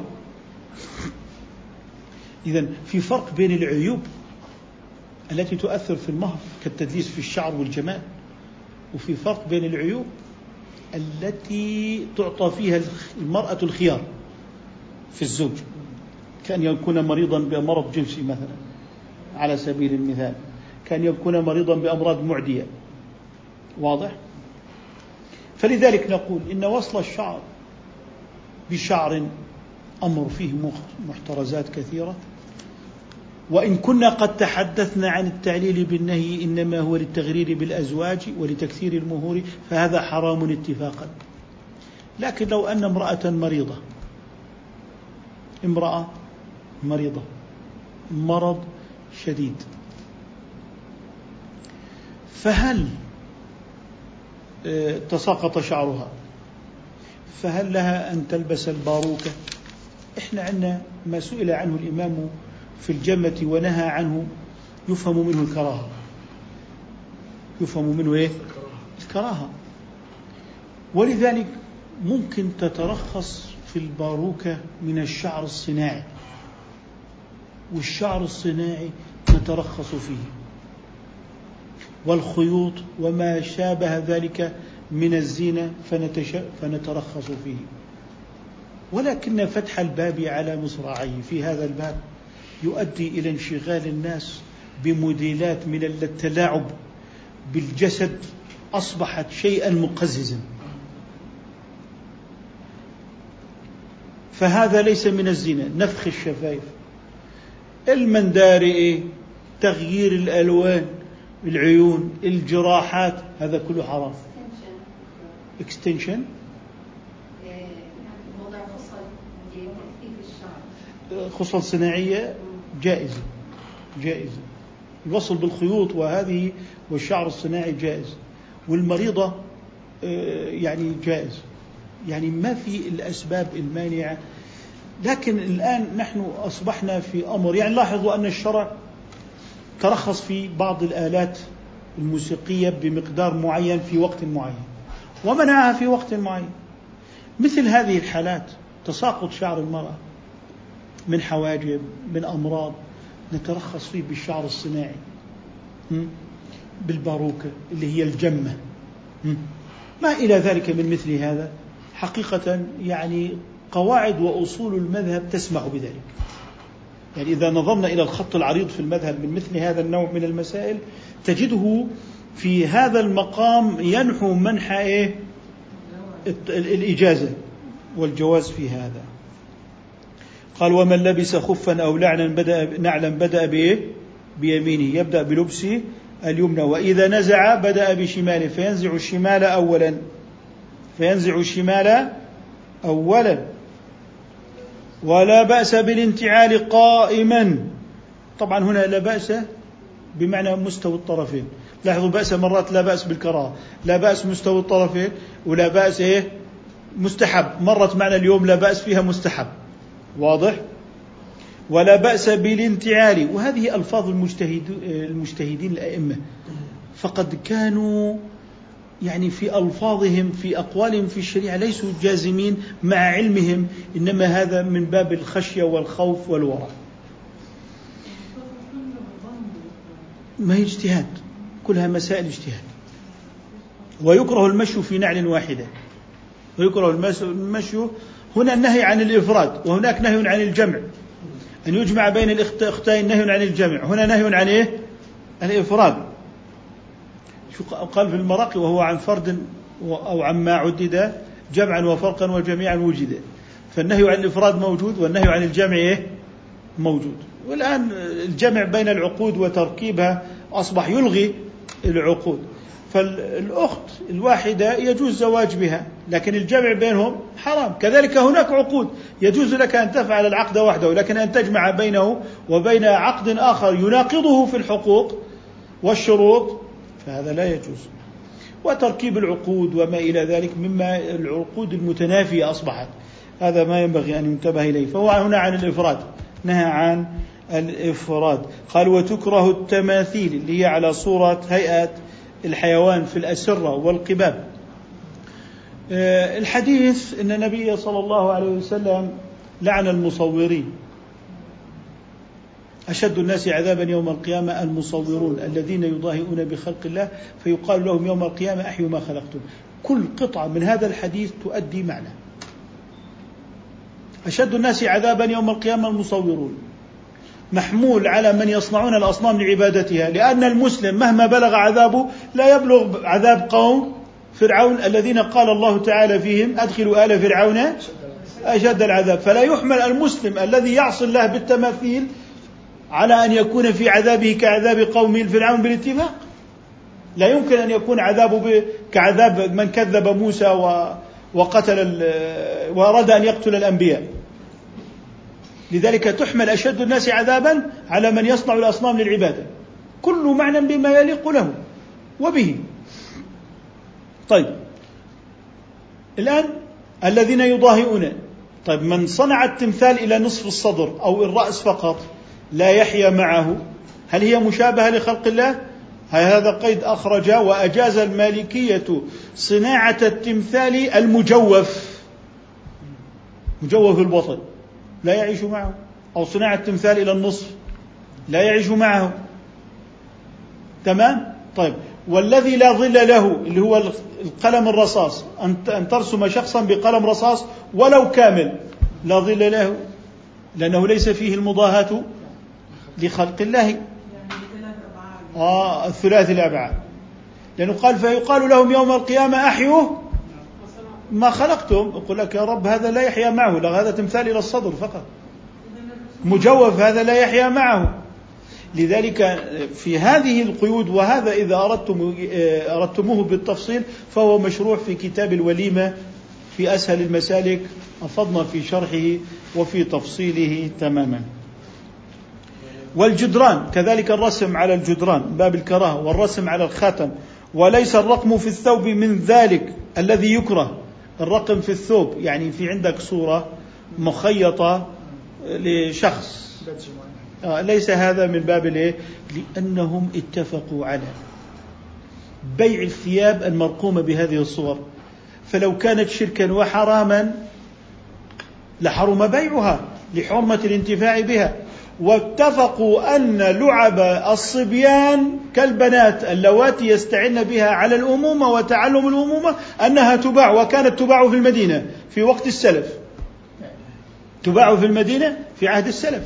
إذن في فرق بين العيوب التي تؤثر في المهر كالتدليس في الشعر والجمال، وفي فرق بين العيوب التي تعطى فيها المرأة الخيار في الزوج، كأن يكون مريضا بمرض جنسي مثلا على سبيل المثال، كأن يكون مريضا بأمراض معدية، واضح؟ فلذلك نقول إن وصل الشعر بشعر أمر فيه محترزات كثيرة، وإن كنا قد تحدثنا عن التعليل بالنهي إنما هو للتغرير بالأزواج ولتكثير المهور، فهذا حرام اتفاقا. لكن لو أن امرأة مريضة مرض شديد، فهل تساقط شعرها، فهل لها أن تلبس الباروكة؟ إحنا عندنا ما سئل عنه الإمام في الجمة ونهى عنه يفهم منه الكراهة، يفهم منه إيه؟ الكراهة. ولذلك ممكن تترخص في الباروكة من الشعر الصناعي، والشعر الصناعي نترخص فيه، والخيوط وما شابه ذلك من الزينة فنترخص فيه. ولكن فتح الباب على مصراعيه في هذا الباب يؤدي إلى انشغال الناس بموديلات من التلاعب بالجسد أصبحت شيئا مقززا، فهذا ليس من الزينة. نفخ الشفايف، المندارئ، تغيير الألوان، العيون، الجراحات، هذا كله حرام. اكستنشن، خصل صناعية جائزة، الوصل بالخيوط وهذه والشعر الصناعي جائز، والمريضة يعني جائز، يعني ما في الأسباب المانعة. لكن الآن نحن أصبحنا في أمر، يعني لاحظوا أن الشرع ترخص في بعض الآلات الموسيقية بمقدار معين في وقت معين، ومنعها في وقت معين. مثل هذه الحالات تساقط شعر المرأة من حواجب، من أمراض، نترخص فيه بالشعر الصناعي، بالباروكة اللي هي الجمة، ما إلى ذلك من مثل هذا. حقيقة يعني قواعد وأصول المذهب تسمح بذلك. يعني إذا نظرنا إلى الخط العريض في المذهب من مثل هذا النوع من المسائل تجده في هذا المقام ينحو منحى الإجازة والجواز في هذا. قال: ومن لبس خفا أو نعلا بدأ بيمينه، يبدأ بلبس اليمنى، وإذا نزع بدأ بشماله فينزع الشمال أولا، ولا بأس بالانتعال قائما. طبعا هنا لا بأس بمعنى مستوى الطرفين. لاحظوا بأس مرات لا بأس بالكراهة، لا بأس مستوى الطرفين، ولا بأس مستحب. مرت معنا اليوم لا بأس فيها مستحب، واضح؟ ولا بأس بالانتعال. وهذه ألفاظ المجتهدين الأئمة، فقد كانوا يعني في ألفاظهم في أقوالهم في الشريعة ليسوا جازمين مع علمهم، إنما هذا من باب الخشية والخوف والورع. ما هي اجتهاد، كلها مسائل اجتهاد. ويكره المشي في نعل واحدة، ويكره المشي هنا النهي عن الإفراد، وهناك نهي عن الجمع، أن يجمع بين الأختين نهي عن الجمع، هنا نهي عن الإفراد. شو قال في المراقي: وهو عن فرد أو عما عدد جمعا وفرقا وجميعا وجد. فالنهي عن الإفراد موجود، والنهي عن الجمع موجود. والآن الجمع بين العقود وتركيبها أصبح يلغي العقود، فالأخت الواحدة يجوز زواج بها، لكن الجمع بينهم حرام. كذلك هناك عقود يجوز لك أن تفعل العقد وحده، ولكن أن تجمع بينه وبين عقد آخر يناقضه في الحقوق والشروط فهذا لا يجوز. وتركيب العقود وما إلى ذلك مما العقود المتنافية أصبحت، هذا ما ينبغي أن ينتبه إليه. فهو هنا عن الإفراد، نهى عن الإفراد. قال: وتكره التماثيل اللي هي على صورة هيئة الحيوان في الأسرة والقباب. الحديث أن النبي صلى الله عليه وسلم لعن المصورين. أشد الناس عذابا يوم القيامة المصورون الذين يضاهئون بخلق الله فيقال لهم يوم القيامة أحيوا ما خلقتم. كل قطعة من هذا الحديث تؤدي معنى. أشد الناس عذابا يوم القيامة المصورون، محمول على من يصنعون الأصنام لعبادتها، لأن المسلم مهما بلغ عذابه لا يبلغ عذاب قوم فرعون الذين قال الله تعالى فيهم: أدخلوا آل فرعون أشد العذاب. فلا يحمل المسلم الذي يعصي الله بالتماثيل على أن يكون في عذابه كعذاب قوم فرعون بالاتفاق. لا يمكن أن يكون عذابه كعذاب من كذب موسى وقتل وأراد أن يقتل الأنبياء. لذلك تحمل أشد الناس عذابا على من يصنع الأصنام للعبادة، كل معنى بما يليق له وبه. طيب الآن الذين يضاهئون، طيب من صنع التمثال إلى نصف الصدر أو الرأس فقط لا يحيا معه، هل هي مشابهة لخلق الله؟ هذا قيد أخرج وأجاز المالكية صناعة التمثال المجوف، مجوف البطن لا يعيش معه، أو صناعة التمثال إلى النصف لا يعيش معه. تمام؟ طيب والذي لا ظل له اللي هو القلم الرصاص، أن ترسم شخصا بقلم رصاص ولو كامل لا ظل له، لأنه ليس فيه المضاهاة لخلق الله. الثلاثي الأبعاد، لأنه قال: فيقال لهم يوم القيامة أحيوا ما خلقتم. يقول لك: يا رب هذا لا يحيا معه، لا هذا تمثال إلى الصدر فقط، مجوف هذا لا يحيا معه. لذلك في هذه القيود، وهذا إذا أردتموه بالتفصيل فهو مشروع في كتاب الوليمة في أسهل المسالك، أفضنا في شرحه وفي تفصيله تماما. والجدران كذلك، الرسم على الجدران باب الكراهة، والرسم على الخاتم. وليس الرقم في الثوب من ذلك الذي يكره. الرقم في الثوب يعني في عندك صورة مخيطة لشخص، ليس هذا من باب لأنهم اتفقوا على بيع الثياب المرقومة بهذه الصور، فلو كانت شركا وحراما لحرم بيعها لحرمة الانتفاع بها. واتفقوا أن لعب الصبيان كالبنات اللواتي يستعن بها على الأمومة وتعلم الأمومة أنها تباع، وكانت تباع في المدينة في وقت السلف، تباع في المدينة في عهد السلف.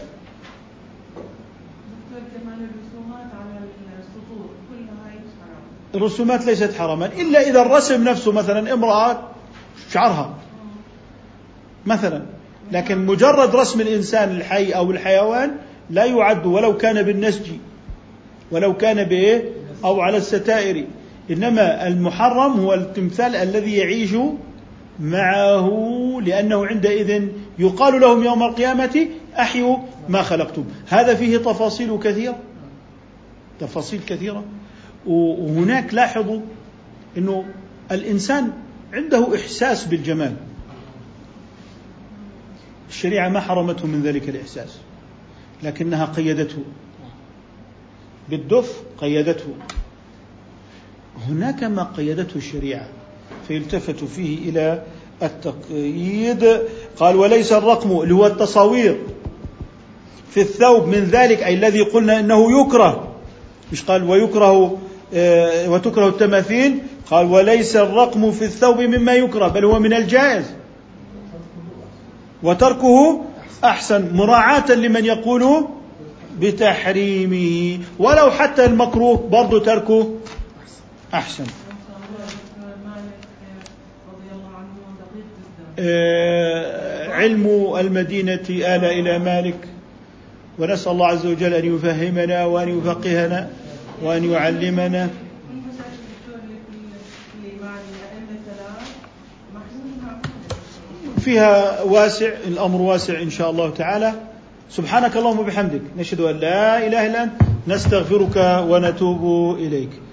الرسومات ليست حراما إلا إذا الرسم نفسه، مثلا امرأة شعرها مثلا، لكن مجرد رسم الإنسان الحي أو الحيوان لا يعد، ولو كان بالنسج ولو كان بإيه أو على الستائر. إنما المحرم هو التمثال الذي يعيش معه، لأنه عندئذ يقال لهم يوم القيامة أحيوا ما خلقتم. هذا فيه تفاصيل كثيرة. وهناك لاحظوا أنه الإنسان عنده إحساس بالجمال، الشريعة ما حرمته من ذلك الإحساس، لكنها قيدته بالدف، قيدته. هناك ما قيدته الشريعة فيلتفت فيه إلى التقييد. قال وليس الرقم اللي هو التصاوير في الثوب من ذلك، أي الذي قلنا إنه يكره، مش قال ويكره وتكره التماثيل، قال وليس الرقم في الثوب مما يكره، بل هو من الجائز، وتركه أحسن مراعاة لمن يقول بتحريمه، ولو حتى المكروه برضو تركه أحسن. علم المدينة آل إلى مالك، ونسأل الله عز وجل أن يفهمنا وأن يفقهنا وأن يعلمنا. فيها واسع، الأمر واسع إن شاء الله تعالى. سبحانك اللهم وبحمدك، نشهد أن لا إله إلا أنت، نستغفرك ونتوب إليك.